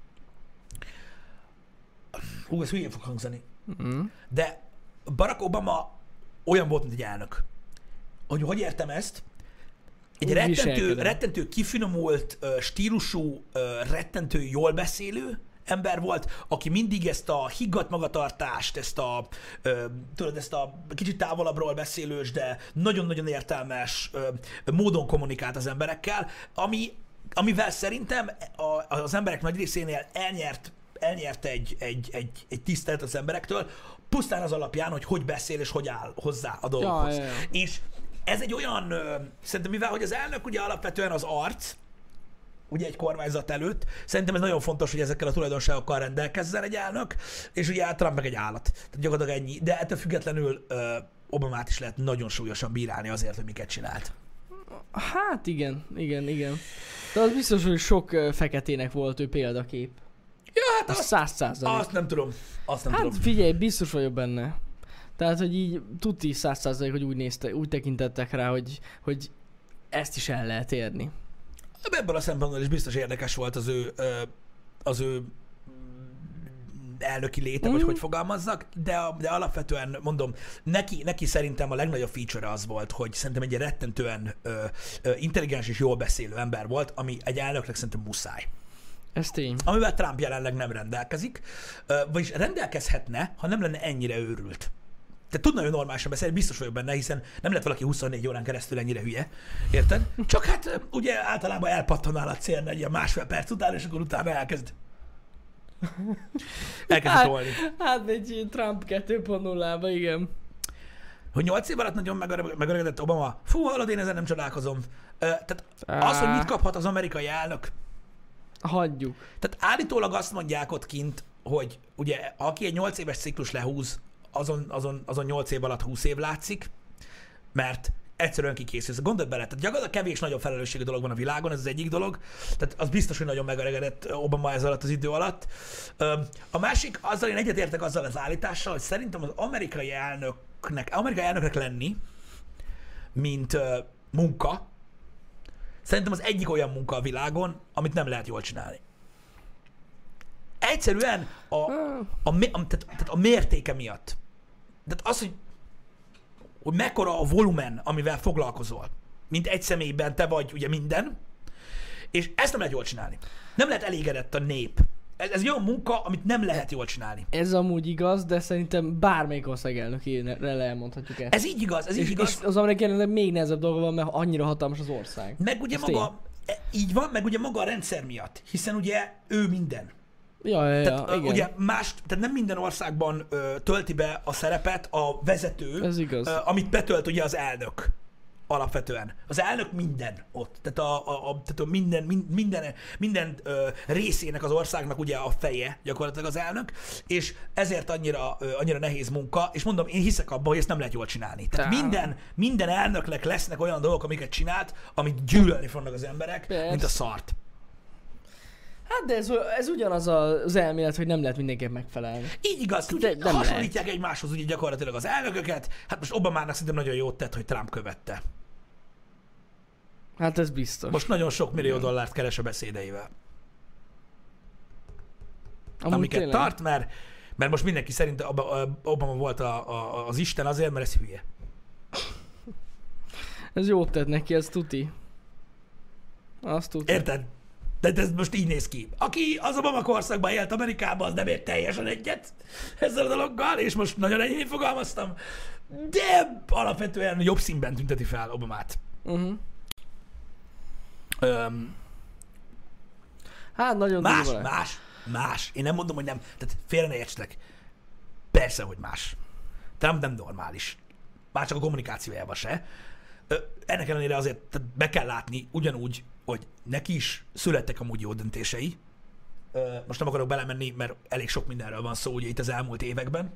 ez hülyén fog hangzani, de Barack Obama olyan volt, mint egy elnök. Hogy értem ezt? Egy rettentő kifinomult, stílusú, rettentő jól beszélő ember volt, aki mindig ezt a higgadt magatartást, ezt a kicsit távolabbról beszélős, de nagyon-nagyon értelmes módon kommunikált az emberekkel, amivel szerintem az emberek nagy részénél elnyert egy tisztelet az emberektől, pusztán az alapján, hogy beszél és hogy áll hozzá a dolgokhoz. Ja. És ez egy olyan, szerintem mivel, hogy az elnök ugye alapvetően az arc, ugye egy kormányzat előtt, szerintem ez nagyon fontos, hogy ezekkel a tulajdonságokkal rendelkezzen egy elnök, és ugye Trump meg egy állat. Tehát gyakorlatilag ennyi. De ettől függetlenül Obamát is lehet nagyon súlyosan bírálni azért, hogy miket csinált. Hát igen. De az biztos, hogy sok feketének volt ő példakép. Ja, hát 100%. Azt nem tudom. Hát figyelj, biztos vagyok benne. Tehát, hogy így tuti 100%, hogy úgy tekintettek rá, hogy ezt is el lehet érni. Ebből a szempontból is biztos érdekes volt az ő elnöki léte, vagy hogy fogalmazzak, de alapvetően mondom, neki szerintem a legnagyobb feature az volt, hogy szerintem egy rettentően intelligens és jól beszélő ember volt, ami egy elnöknek szerintem muszáj. Ez tény. Amivel Trump jelenleg nem rendelkezik, vagyis rendelkezhetne, ha nem lenne ennyire őrült. Tehát tudna ő normálisan beszélni, biztos vagyok benne, hiszen nem lehet valaki 24 órán keresztül ennyire hülye. Érted? Csak hát ugye általában elpattanál a célna egy ilyen másfél perc után, és akkor utána elkezd tolni. Hát egy Trump 2.0-ba, igen. Hogy 8 év alatt nagyon megöregedett Obama, fú, hallod, én ezen nem csodálkozom. Tehát az, hogy mit kaphat az amerikai elnök. Hagyjuk. Tehát állítólag azt mondják ott kint, hogy ugye aki egy 8 éves ciklus lehúz, azon 8 év alatt 20 év látszik, mert egyszerűen kikészülsz. Gondolj bele, tehát gyakorlatilag kevés nagyobb felelősségi dolog van a világon, ez az egyik dolog, tehát az biztos, hogy nagyon megöregedett Obama ez alatt az idő alatt. A másik, azzal én egyetértek azzal az állítással, hogy szerintem az amerikai elnöknek lenni, mint munka, szerintem az egyik olyan munka a világon, amit nem lehet jól csinálni. Egyszerűen tehát a mértéke miatt. Tehát az, hogy mekkora a volumen, amivel foglalkozol, mint egy személyben te vagy ugye minden, és ezt nem lehet jól csinálni. Nem lehet elégedett a nép Ez egy olyan munka, amit nem lehet jól csinálni. Ez amúgy igaz, de szerintem bármelyik ország elnökére elmondhatjuk ezt. Ez így igaz, ez így igaz. És az amerikai még nehezebb dolga van, mert annyira hatalmas az ország. Meg ugye Ez maga, így van, meg ugye maga a rendszer miatt, hiszen ugye ő minden. Tehát, igen. igen. Ugye tehát nem minden országban tölti be a szerepet a vezető, Ez igaz. Amit betölt ugye az elnök alapvetően. Az elnök minden ott. Tehát minden részének az országnak ugye a feje gyakorlatilag az elnök, és ezért annyira nehéz munka, és mondom, én hiszek abban, hogy ezt nem lehet jól csinálni. Tehát minden elnöknek lesznek olyan dolgok, amiket csinált, amit gyűlölni fognak az emberek, mint a szart. Hát de ez ugyanaz az elmélet, hogy nem lehet mindenképp megfelelni. Így igaz, nem hasonlítják egymáshoz ugye gyakorlatilag az elnököket, hát most Obamának szerintem nagyon jót tett, hogy Trump követte. Hát ez biztos. Most nagyon sok millió dollárt keres a beszédeivel. Amiket tényleg tart, mert most mindenki szerint Obama volt az Isten azért, mert ez hülye. Ez jót tett neki, ez tuti. Azt tuti. Érted? De ez most így néz ki. Aki az Obama korszakban élt Amerikában, az nem ért teljesen egyet ezzel a dologgal, és most nagyon enyhén fogalmaztam, de alapvetően jobb színben tünteti fel Obamát. Uh-huh. Hát nagyon más. Én nem mondom, hogy nem. Tehát félre ne értsetek. Persze, hogy más. Trump nem normális. Már csak a kommunikációjában se. Ennek ellenére azért be kell látni ugyanúgy, hogy neki is születtek amúgy jó döntései. Most nem akarok belemenni, mert elég sok mindenről van szó ugye itt az elmúlt években.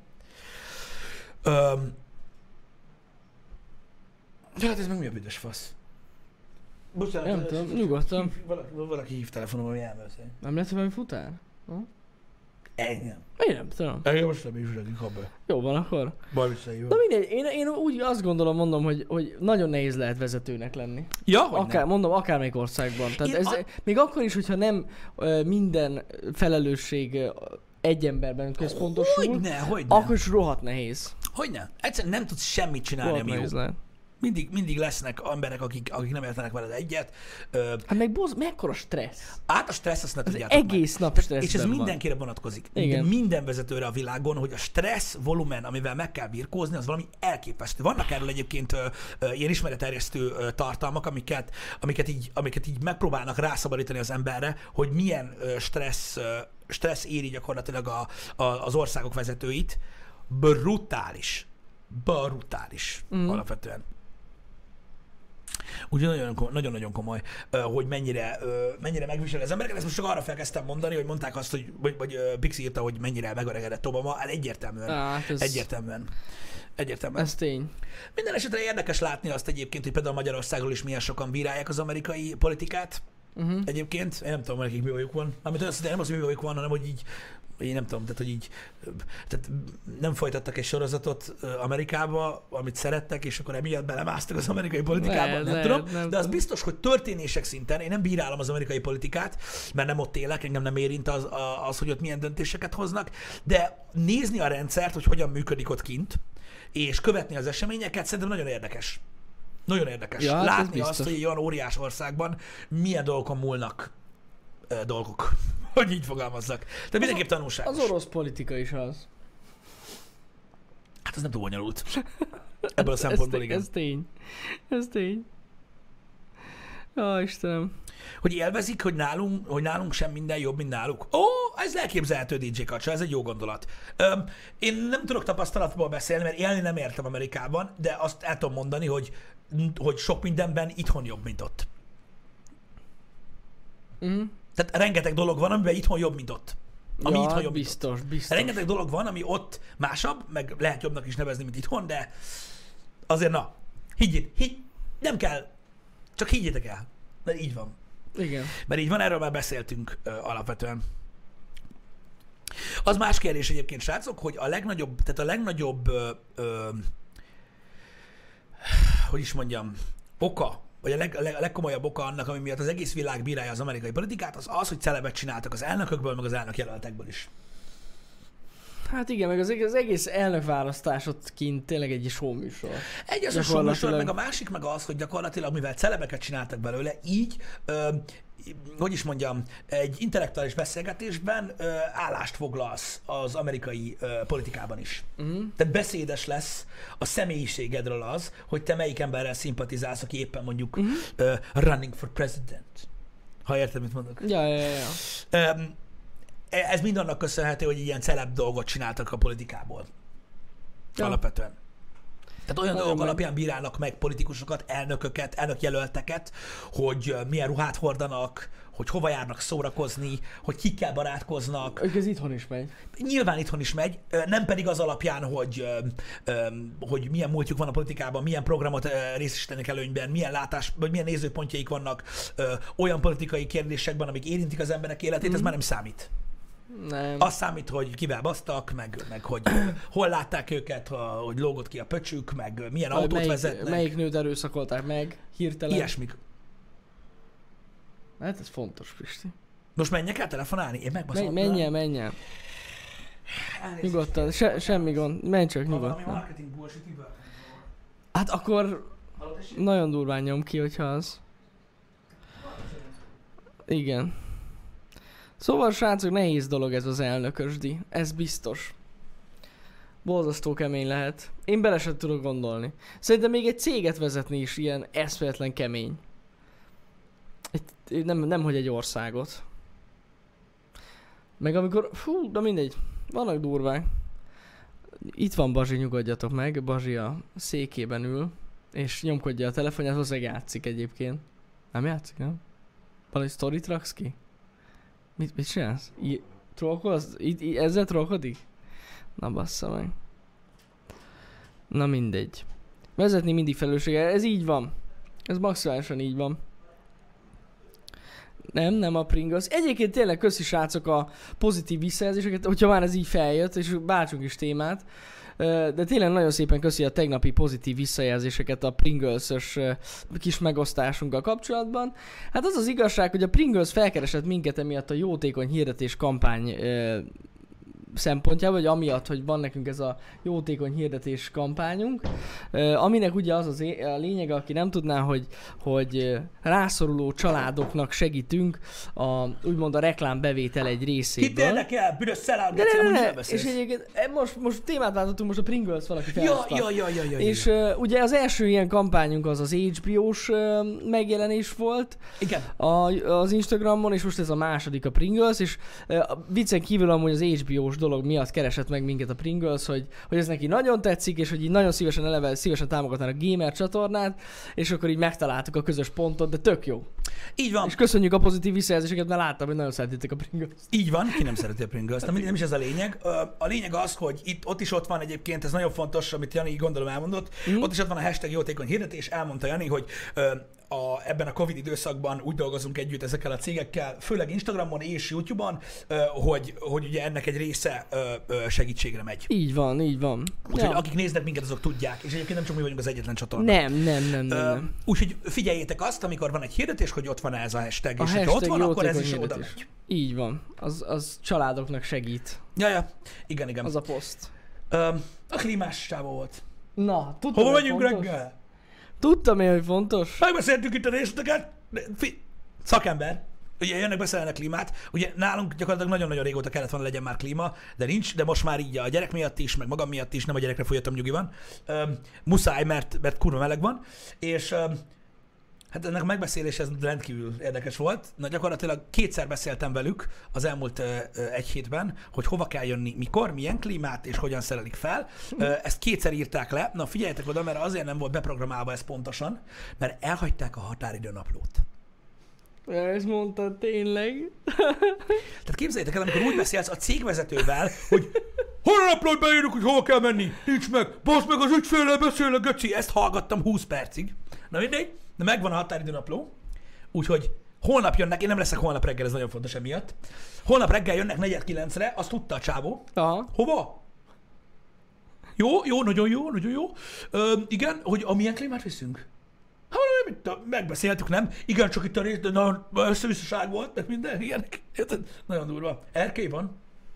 De hát ez meg mi a büdös fasz? Bocsánat, nem tudom, nyugodtan. Valaki hív telefonon, hogy elmőszél. Nem lesz valami futár? Engem. Én nem tudom. Engem most nem is üzletünk abba. Jó van akkor. Baj visszajön. Na mindegy, én úgy azt gondolom, mondom, hogy nagyon nehéz lehet vezetőnek lenni. Ja, hogy nem. Mondom, akármelyik országban. Tehát még akkor is, hogyha nem minden felelősség egy emberben központosul, hogyne. Akkor is rohadt nehéz. Hogyne. Egyszerűen nem tudsz semmit csinálni, ami jó. Lehet. Mindig lesznek emberek, akik nem értenek veled egyet. Hát mekkora stressz? A stressz azt ne tudjátok egész nap stresszben és ez mindenkire vonatkozik. Minden vezetőre a világon, hogy a stressz volumen, amivel meg kell birkózni, az valami elképesztő. Vannak erről egyébként ilyen ismeretterjesztő tartalmak, amiket így megpróbálnak rászabadítani az emberre, hogy milyen stressz éri gyakorlatilag az országok vezetőit. Brutális alapvetően. Úgyhogy nagyon-nagyon komoly, hogy mennyire megvisel az embereket. Ezt most csak arra felkezdtem mondani, hogy mondták azt, vagy Pixi írta, hogy mennyire megöregedett Obama. Hát egyértelműen. Ez tény. Minden esetre érdekes látni azt egyébként, hogy például Magyarországról is milyen sokan bírálják az amerikai politikát. Uh-huh. Egyébként, én nem tudom, nekik mi bajuk van. Nem az, hogy mi bajuk van, hanem hogy így, én nem tudom, tehát nem folytattak egy sorozatot Amerikába, amit szerettek, és akkor emiatt belemásztak az amerikai politikába, nem tudom. De az biztos, hogy történések szinten, én nem bírálom az amerikai politikát, mert nem ott élek, engem nem érint az, hogy ott milyen döntéseket hoznak, de nézni a rendszert, hogy hogyan működik ott kint, és követni az eseményeket, szerintem nagyon érdekes. Nagyon érdekes. Ja, látni azt, hogy egy olyan óriás országban milyen dolgokon múlnak dolgok. Hogy így fogalmazzak. Tehát mindenképp tanulságos. Az orosz politika is az. Hát ez nem túl bonyolult. Ebből a szempontból igen. Ez tény. Ó, Istenem. Hogy élvezik, hogy nálunk sem minden jobb, mint náluk. Ez elképzelhető, DJ Kacsa, ez egy jó gondolat. Én nem tudok tapasztalatból beszélni, mert élni nem értem Amerikában, de azt el tudom mondani, hogy sok mindenben itthon jobb, mint ott. Tehát rengeteg dolog van, amiben itthon jobb, mint ott. Ami itthon jobb, biztos. Rengeteg dolog van, ami ott másabb, meg lehet jobbnak is nevezni, mint itthon, de azért nem kell, csak higgyétek el, mert így van. Igen. Mert így van, erről már beszéltünk alapvetően. Az más kérdés egyébként, srácok, hogy a legnagyobb hogy is mondjam, oka, vagy a legkomolyabb oka annak, ami miatt az egész világ bírálja az amerikai politikát, az, hogy celebet csináltak az elnökökből, meg az elnökjelöltekből is. Hát igen, meg az egész elnökválasztás ott kint tényleg egy show műsor. Egy show műsor, meg a másik meg az, hogy gyakorlatilag, mivel celebeket csináltak belőle, így hogy is mondjam, egy intellektuális beszélgetésben állást foglalsz az amerikai politikában is. Tehát beszédes lesz a személyiségedről az, hogy te melyik emberrel szimpatizálsz, aki éppen mondjuk running for president. Ha érted, mit mondok? Ja. Ez mind annak köszönhető, hogy ilyen celeb dolgot csináltak a politikából. Ja. Alapvetően. Tehát olyan dolgok alapján bírálnak meg politikusokat, elnököket, elnökjelölteket, hogy milyen ruhát hordanak, hogy hova járnak szórakozni, hogy kikkel barátkoznak. Ez itthon is megy. Nyilván itthon is megy, nem pedig az alapján, hogy milyen múltjuk van a politikában, milyen programot részesítenek előnyben, milyen látás, vagy milyen nézőpontjaik vannak olyan politikai kérdésekben, amik érintik az emberek életét, ez már nem számít. Nem. Az számít, hogy kivel basztak, meg hogy hol látták őket, hogy lógott ki a pöcsük, meg milyen autót vezetnek. Melyik nőt erőszakolták meg hirtelen. Ilyesmik. Hát ez fontos, Pisti. Most menjek el telefonálni? Én megbaszom. Menjen. Nyugodtan, semmi gond. Menj csak nyugodtan. Valami marketing bullshit, Hát akkor nagyon durván nyom ki, hogyha az. Igen. Szóval, srácok, nehéz dolog ez az elnökösdi. Ez biztos. Borzasztó kemény lehet. Én bele sem tudok gondolni. Szerintem még egy céget vezetni is ilyen eszméletlen kemény. Nem hogy egy országot. Meg amikor... Fú, de mindegy. Vannak durvák. Itt van Bazsi, nyugodjatok meg. Bazsi a székében ül. És nyomkodja a telefonját, valószínűleg játszik egyébként. Nem játszik, nem? Valami sztorit raksz ki? Mit csinálsz? Trollkodsz? Ezzel trollkodik? Na bassza meg. Na mindegy. Vezetni mindig felelőssége. Ez így van. Ez maximálisan így van. Nem a Pringles. Egyébként tényleg köszi, srácok, a pozitív visszajelzéseket, hogyha már ez így feljött, és bártsunk is témát. De tényleg nagyon szépen köszi a tegnapi pozitív visszajelzéseket a Pringles-ös kis megosztásunkkal kapcsolatban. Hát az az igazság, hogy a Pringles felkeresett minket emiatt a jótékony hirdetés kampány szempontjából, vagy amiatt, hogy van nekünk ez a jótékony hirdetés kampányunk, aminek ugye az a lényege, aki nem tudná, hogy rászoruló családoknak segítünk úgymond a reklámbevétel egy részéből. Kit érdekel? Büdös szelám, és egyébként most témát váltottunk, most a Pringles valaki felhozta. Ja. És ugye az első ilyen kampányunk az HBO-s megjelenés volt. Igen. Az Instagramon, és most ez a második a Pringles, és viccen kívül amúgy az HBO-s dolog miatt keresett meg minket a Pringles, hogy ez neki nagyon tetszik, és hogy így nagyon szívesen támogatnának a Gamer csatornát, és akkor így megtaláltuk a közös pontot, de tök jó. Így van. És köszönjük a pozitív visszajelzéseket, mert láttam, hogy nagyon szeretitek a Pringles. Így van, ki nem szereti a Pringles, nem is ez a lényeg. A lényeg az, hogy ott van egyébként, ez nagyon fontos, amit Jani gondolom elmondott, ott is ott van a hashtag jótékony hirdetés, elmondta Jani, hogy ebben a Covid időszakban úgy dolgozunk együtt ezekkel a cégekkel, főleg Instagramon és YouTube-on, hogy ugye ennek egy része segítségre megy. Így van. Úgyhogy akik néznek minket, azok tudják. És egyébként nem csak mi vagyunk az egyetlen csatorna. Nem. Úgyhogy figyeljétek azt, amikor van egy hirdetés, hogy ott van ez a hashtag, és ha ott van, akkor ez is oda megy. Így van. Az családoknak segít. Ja. Igen. Az a poszt. A klímás csávó volt. Na, tudtam, hova megyünk reggel? Tudtam én, hogy fontos. Megbeszéltük itt a részleteket. Szakember. Ugye jönnek beszélni a klímát. Ugye nálunk gyakorlatilag nagyon-nagyon régóta kellett volna legyen már klíma, de nincs, de most már így a gyerek miatt is, meg magam miatt is, nem a gyerekre folytatom, nyugi van. Muszáj, mert kurva meleg van. És hát ennek a megbeszélés ez rendkívül érdekes volt. Na gyakorlatilag kétszer beszéltem velük az elmúlt egy hétben, hogy hova kell jönni, mikor, milyen klímát és hogyan szerelik fel. Ezt kétszer írták le. Na figyeljetek oda, mert azért nem volt beprogramálva ez pontosan, mert elhagyták a határidőnaplót. Ez mondta tényleg. Tehát képzeljétek el, amikor úgy beszélsz a cégvezetővel, hogy hol a naplót beírjuk, hogy hova kell menni, nincs meg, baszd meg az ügyféllel beszélek, göci. Ezt hallgattam 20 percig. Na mindegy, de megvan a határidőnapló, úgyhogy holnap jönnek, én nem leszek holnap reggel, ez nagyon fontos emiatt. Holnap reggel jönnek 4:09-re, azt tudta a csávó. Aha. Hova? Jó, nagyon jó. Igen, hogy milyen klímát viszünk? Megbeszéltük, nem? Igen, csak itt a rész, de nagyon összevisszaság volt, meg minden ilyenek. Nagyon durva. Erkély van.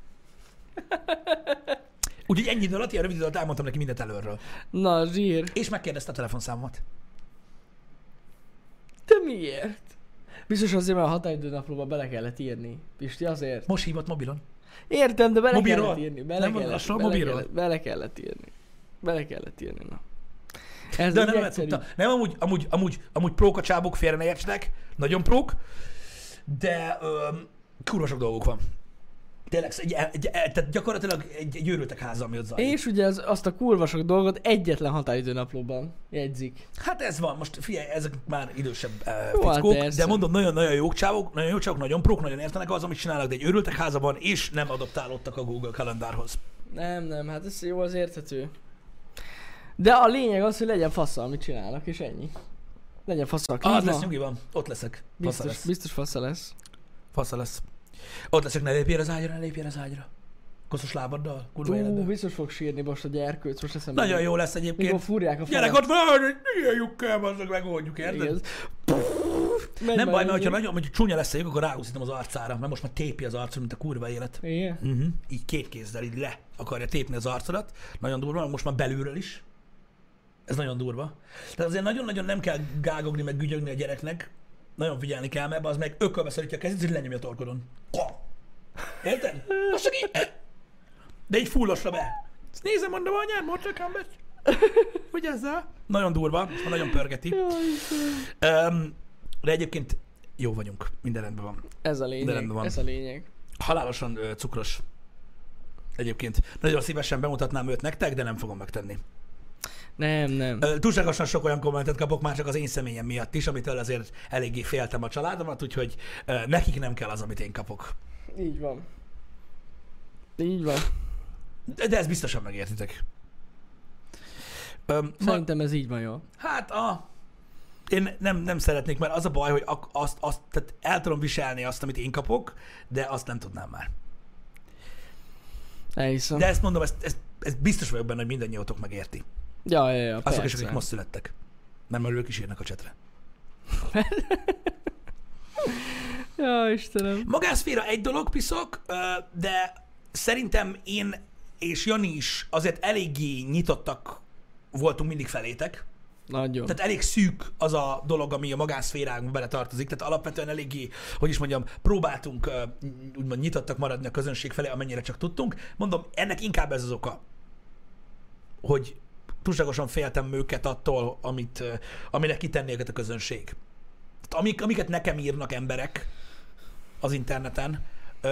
Úgyhogy ennyi idő alatt, ilyen rövid idő alatt elmondtam neki mindent előről. Na, zsír. És megkérdezte a telefonszámomat. De miért? Biztos azért, mert a határidő naplóba bele kellett írni. Pisti, azért. Most hívott mobilon. Értem, de bele Mobilról? kellett írni. Nem van lassan mobilról? Bele kellett írni. Bele kellett írni, na. Ez De így nem egyszerű. tudta. Nem, amúgy prók a csábok, félre ne értsenek. Nagyon prók. De kurva sok dolguk van. Tényleg, tehát gyakorlatilag egy őrültek háza, ami ott zajlik. És ugye azt a kurva sok dolgot egyetlen határidő naplóban jegyzik. Hát ez van, most figyelj, ezek már idősebb Jó, hát fickók, persze. de mondom, nagyon-nagyon jók csávok, nagyon prók, nagyon értenek az, amit csinálnak, de egy őrültek háza van, és nem adoptálódtak a Google kalendárhoz. Nem, hát ez jó, az érthető. De a lényeg az, hogy legyen fasza, amit csinálnak, és ennyi. Legyen fasza a klíma. Az lesz, nyugi van, ott leszek. Fasza lesz. Biztos fasza lesz. Fasza lesz. Ott leszek, ne lépjél az ágyra. Koszos lábaddal, kurva életben. Biztos fog sírni most a gyerkőc, most eszembe. Nagyon jó lesz Mikor egyébként. fúrják a Gyerek, falat. ott van, ilyen lyukkel, azzal megoldjuk, érted? Igen. Nem baj, mert hogyha nagyon hogy csúnya lesz a lyuk, akkor ráúszítom az arcára, mert most már tépi az arcom, mint a kurva élet. Igen? Így két kézzel így le akarja tépni az arcodat. Nagyon durva, most már belülről is. Ez nagyon durva. Tehát azért nagyon-nagyon nem kell gágogni, meg gügyögni a gyereknek. Nagyon figyelni kell, mert az meg ökölbe szorítja a kezét, és lenyomja a torkodon. Érted? Most csak így. De így fullosra be. Ezt nézem, mondom, anyám, Mortal Kombat. Hogy ezzel? Nagyon durva, most már nagyon pörgeti. De egyébként jó vagyunk, minden rendben van. Ez a De lényeg, rendben van. ez a lényeg. Halálosan cukros. Egyébként nagyon szívesen bemutatnám őt nektek, de nem fogom megtenni. Nem. Túlságosan sok olyan kommentet kapok már csak az én személyem miatt is, amitől azért eléggé féltem a családomat, úgyhogy nekik nem kell az, amit én kapok. Így van. Így van. De ezt biztosan megértitek. Szerintem ez így van, jó. Hát én nem szeretnék, mert az a baj, hogy tehát el tudom viselni azt, amit én kapok, de azt nem tudnám már. Elhiszem. De ezt mondom, ezt biztos vagyok benne, hogy mindannyiótok megérti. Ja, Azok persze. is, akik most születtek. Mert már ők is írnak a csetre. Ja, Istenem. Magánszféra egy dolog, piszok, de szerintem én és Jani is azért eléggé nyitottak voltunk mindig felétek. Nagyon. Tehát elég szűk az a dolog, ami a magánszféránkba bele tartozik. Tehát alapvetően eléggé, hogy is mondjam, próbáltunk úgymond nyitottak maradni a közönség felé, amennyire csak tudtunk. Mondom, ennek inkább ez az oka, hogy túlságosan féltem őket attól, aminek kitenné őket a közönség. Tehát amiket nekem írnak emberek az interneten,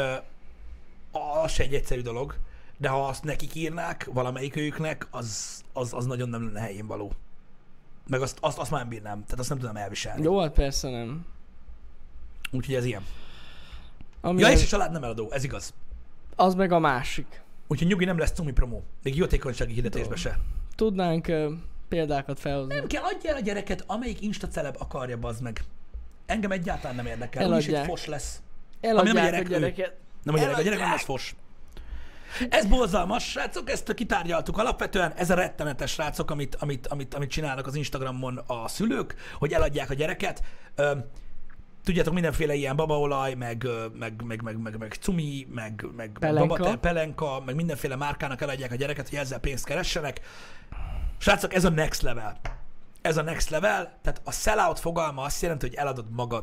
az se egy egyszerű dolog, de ha azt nekik írnák, valamelyik őknek, az nagyon nem lenne helyén való. Meg azt már nem bírnám, tehát azt nem tudom elviselni. Jó, hát persze nem. Úgyhogy ez ilyen. Ami Ja, és a család nem eladó, ez igaz. Az meg a másik. Úgyhogy nyugi, nem lesz cumi promó. Még jótékonysági hirdetésbe se. Tudnánk példákat felhozni. Nem kell, adj el a gyereket, amelyik Insta celeb akarja, bazd meg. Engem egyáltalán nem érdekel. Úgyis egy Eladják. fos lesz. Eladják Ami nem a a gyerek, ő. gyereket. Nem a gyerek nem lesz fos. Ez borzalmas, srácok, ezt kitárgyaltuk alapvetően. Ez a rettenetes, srácok, amit csinálnak az Instagramon a szülők, hogy eladják a gyereket. Tudjátok, mindenféle ilyen babaolaj, meg cumi, meg Pelenka. pelenka, meg mindenféle márkának eladják a gyereket, hogy ezzel pénzt keressenek. Srácok, ez a next level. Ez a next level, tehát a sellout fogalma azt jelenti, hogy eladod magad.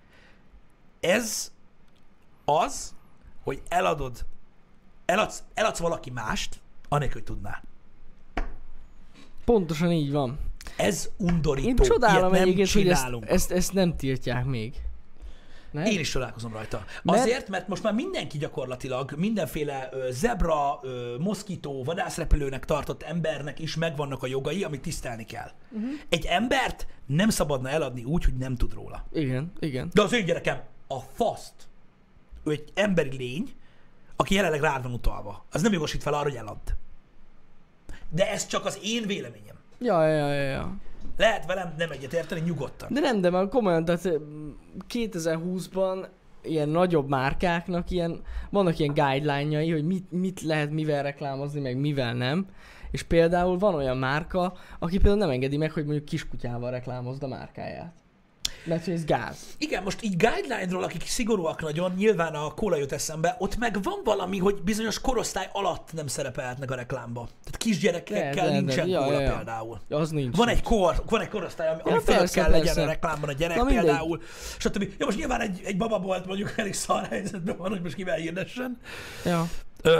Ez az, hogy eladsz valaki mást, anélkül, hogy tudná. Pontosan így van. Ez undorító. Én csodálom Ilyet nem egyébként, hogy csinálunk. ezt nem tiltják még. Nem? Én is csodálkozom rajta. Azért, mert most már mindenki gyakorlatilag, mindenféle zebra, moszkító, vadászrepülőnek tartott embernek is megvannak a jogai, amit tisztelni kell. Egy embert nem szabadna eladni úgy, hogy nem tud róla. Igen. De az én gyerekem a faszt. Ő egy emberi lény, aki jelenleg rád van utalva. Az nem jogosít fel arra, hogy eladd. De ez csak az én véleményem. Ja. Lehet velem nem egyetérteni nyugodtan. De nem, de már komolyan, tehát 2020-ban ilyen nagyobb márkáknak vannak ilyen guideline-jai, hogy mit lehet mivel reklámozni, meg mivel nem. És például van olyan márka, aki például nem engedi meg, hogy mondjuk kiskutyával reklámozd a márkáját. Mert hogy ez gáz. Igen, most így guideline-ról, akik szigorúak nagyon, nyilván a kóla jut eszembe, ott meg van valami, hogy bizonyos korosztály alatt nem szerepelhetnek a reklámba. Tehát kisgyerekekkel nincsen kóla például. Ja, az nincs. Van egy korosztály, ami fölött kell legyen a reklámban a gyerek például, stb. Ja, most nyilván egy bababolt mondjuk elég szar helyzetben van, hogy most kivel hirdessen. Ja.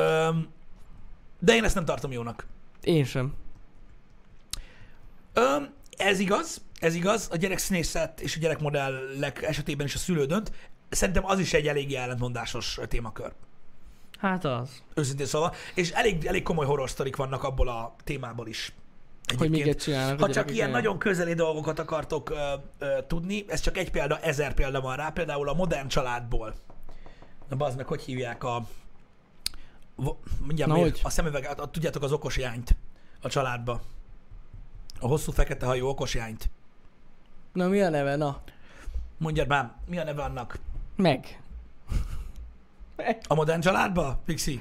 De én ezt nem tartom jónak. Én sem. Ez igaz, a gyerekszínészet és a gyerekmodellek esetében is a szülő dönt. Szerintem az is egy eléggé ellentmondásos témakör. Hát az. Őszintén szóval. És elég komoly horror sztorik vannak abból a témából is. Hogy még egy csinálnak. Ha csak ilyen nagyon közeli dolgokat akartok tudni, ez csak egy példa, 1000 példa van rá, például a Modern Családból. Na bazd meg, hogy hívják a szemüveget, tudjátok az okos jányt a családba. A hosszú fekete hajú okos jányt. Na mi a neve, na? Mondjad már, mi a neve annak? Meg. A Modern Családba, Pixi?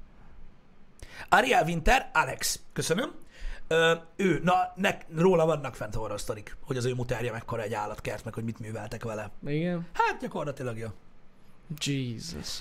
Ariel Winter, Alex. Köszönöm. Róla vannak fent horror sztorik, hogy az ő mutárja mekkora egy állatkert, meg hogy mit műveltek vele. Igen? Hát gyakorlatilag, ja. Jesus.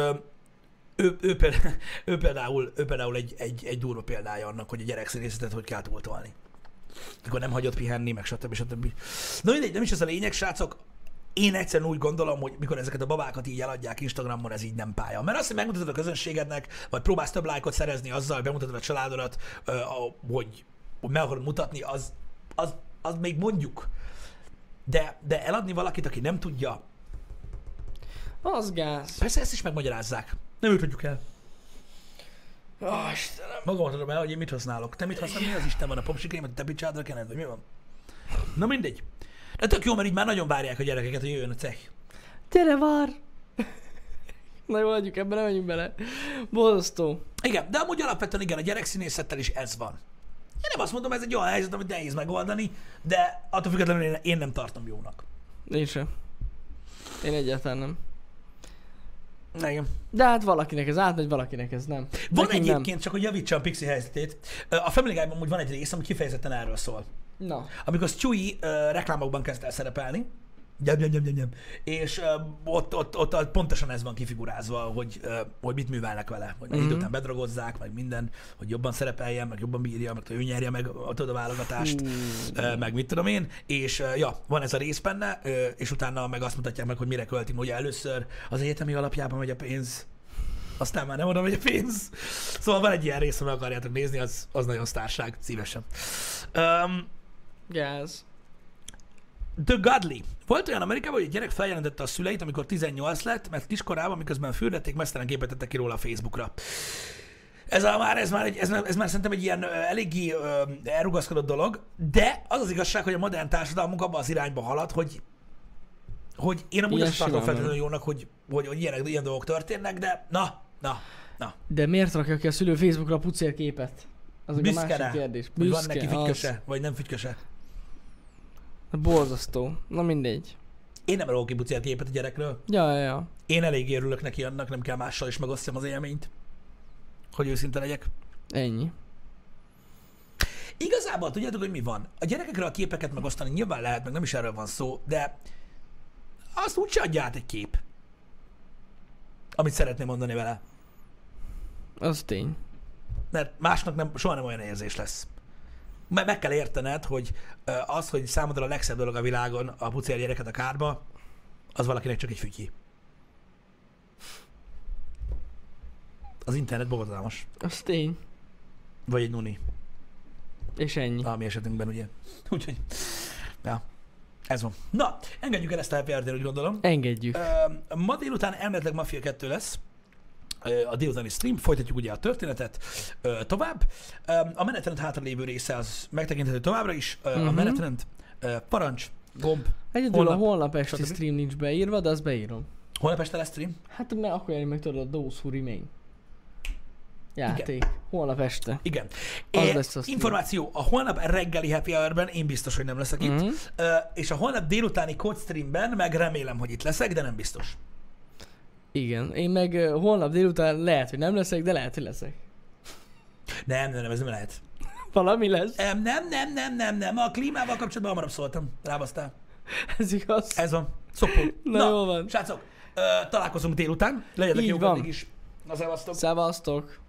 Ő például egy durva példája annak, hogy a gyerekszínészetet hogy kell túltolni. Akkor nem hagyott pihenni, meg stb. Na mindegy, nem is ez a lényeg, srácok. Én egyszerűen úgy gondolom, hogy mikor ezeket a babákat így eladják Instagramon, ez így nem pálya. Mert azt, hogy megmutatod a közönségednek, vagy próbálsz több lájkot szerezni azzal, hogy bemutatod a családodat, hogy meg akarod mutatni, az még mondjuk. De eladni valakit, aki nem tudja, az gáz. Persze ezt is megmagyarázzák. Nem őt tudjuk el. Istenem. Magamat tudom el, hogy én mit használok. Te mit használod? Mi az Isten van? A popsikrémet, a tepicsádra kened, vagy mi van? Na mindegy. De tök jó, mert így már nagyon várják a gyerekeket, hogy jöjjön a cech. Gyere, vár! Na jó, adjuk, ebben nem menjünk bele. Borzasztó. Igen, de amúgy alapvetően igen, a gyerekszínészettel is ez van. Én nem azt mondom, ez egy olyan helyzet, amit nehéz megoldani, de attól függetlenül én nem tartom jónak. Én sem. Én egyáltalán nem. Igen. De hát valakinek ez átmegy, valakinek ez nem. Van egyébként, nem. Csak hogy javítsam a Pixi helyzetét. A Family Guy-ban úgy van egy rész, ami kifejezetten erről szól. Na. Amikor Stewie reklámokban kezd el szerepelni, és ott pontosan ez van kifigurázva, hogy mit művelnek vele. Hogy idő után bedragozzák, meg minden, hogy jobban szerepeljen, meg jobban bírja, meg ő nyerje meg a válogatást, meg mit tudom én. És van ez a rész benne, és utána meg azt mutatják meg, hogy mire költik, hogy először az egyetemi alapjában megy a pénz, aztán már nem oda megy a pénz. Szóval van egy ilyen rész, ha meg akarjátok nézni, az nagyon sztárság, szívesen. Gáz. The Godly. Volt olyan Amerikában, hogy egy gyerek feljelentette a szüleit, amikor 18 lett, mert kiskorában, miközben fürdették, mesztelen képet tettek ki róla a Facebookra. Ez már szerintem egy ilyen eléggé elrugaszkodott dolog, de az az igazság, hogy a modern társadalmunk abban az irányba halad, hogy én amúgy azt tartom feltétlenül jónak, hogy ilyen dolgok történnek, de na. De miért rakja ki a szülő Facebookra a pucér képet? Az a másik kérdés. Büszke, van neki fügyköse, vagy nem fügyköse. Borzasztó. Na mindegy. Én nem rakok ki pucér képet a gyerekről. Ja. Én elég örülök neki annak, nem kell mással is megosztjam az élményt. Hogy őszinte legyek. Ennyi. Igazából tudjátok, hogy mi van? A gyerekekről a képeket megosztani nyilván lehet, meg nem is erről van szó, de azt úgy se adja át egy kép, amit szeretném mondani vele. Az tény. Mert másnak soha nem olyan érzés lesz. Meg kell értened, hogy az, hogy számodra a legszebb dolog a világon a pucér gyereket a kárba, az valakinek csak egy fütyi. Az internet borzalmas. Az tény. Vagy egy nuni. És ennyi. A mi esetünkben ugye. Úgyhogy, ja, ez van. Na, engedjük el ezt a happy hour-t, úgy gondolom. Engedjük. Ma délután elméletileg Mafia 2 lesz. A délutáni stream, folytatjuk ugye a történetet tovább. A menetrend hátralévő része az megtekinthető továbbra is. A menetrend, parancs, gomb. Egyedül a holnap esti stream nincs beírva, de azt beírom. Holnap este lesz stream? Hát mert akkor jelenik meg tudod a Those Who Remain játék. Igen. Holnap este. Igen. Információ, a holnap reggeli happy hour-ben én biztos, hogy nem leszek itt. És a holnap délutáni code streamben meg remélem, hogy itt leszek, de nem biztos. Igen, én meg holnap délután lehet, hogy nem leszek, de lehet, hogy leszek. Nem, ez nem lehet. Valami lesz? Nem. A klímával kapcsolatban hamarabb szóltam. Rábasztál. Ez igaz. Ez van. Szopó. Na, jól van. Srácok, találkozunk délután. Legyetek Így jók van. addig is. Na, szevasztok. Szevasztok.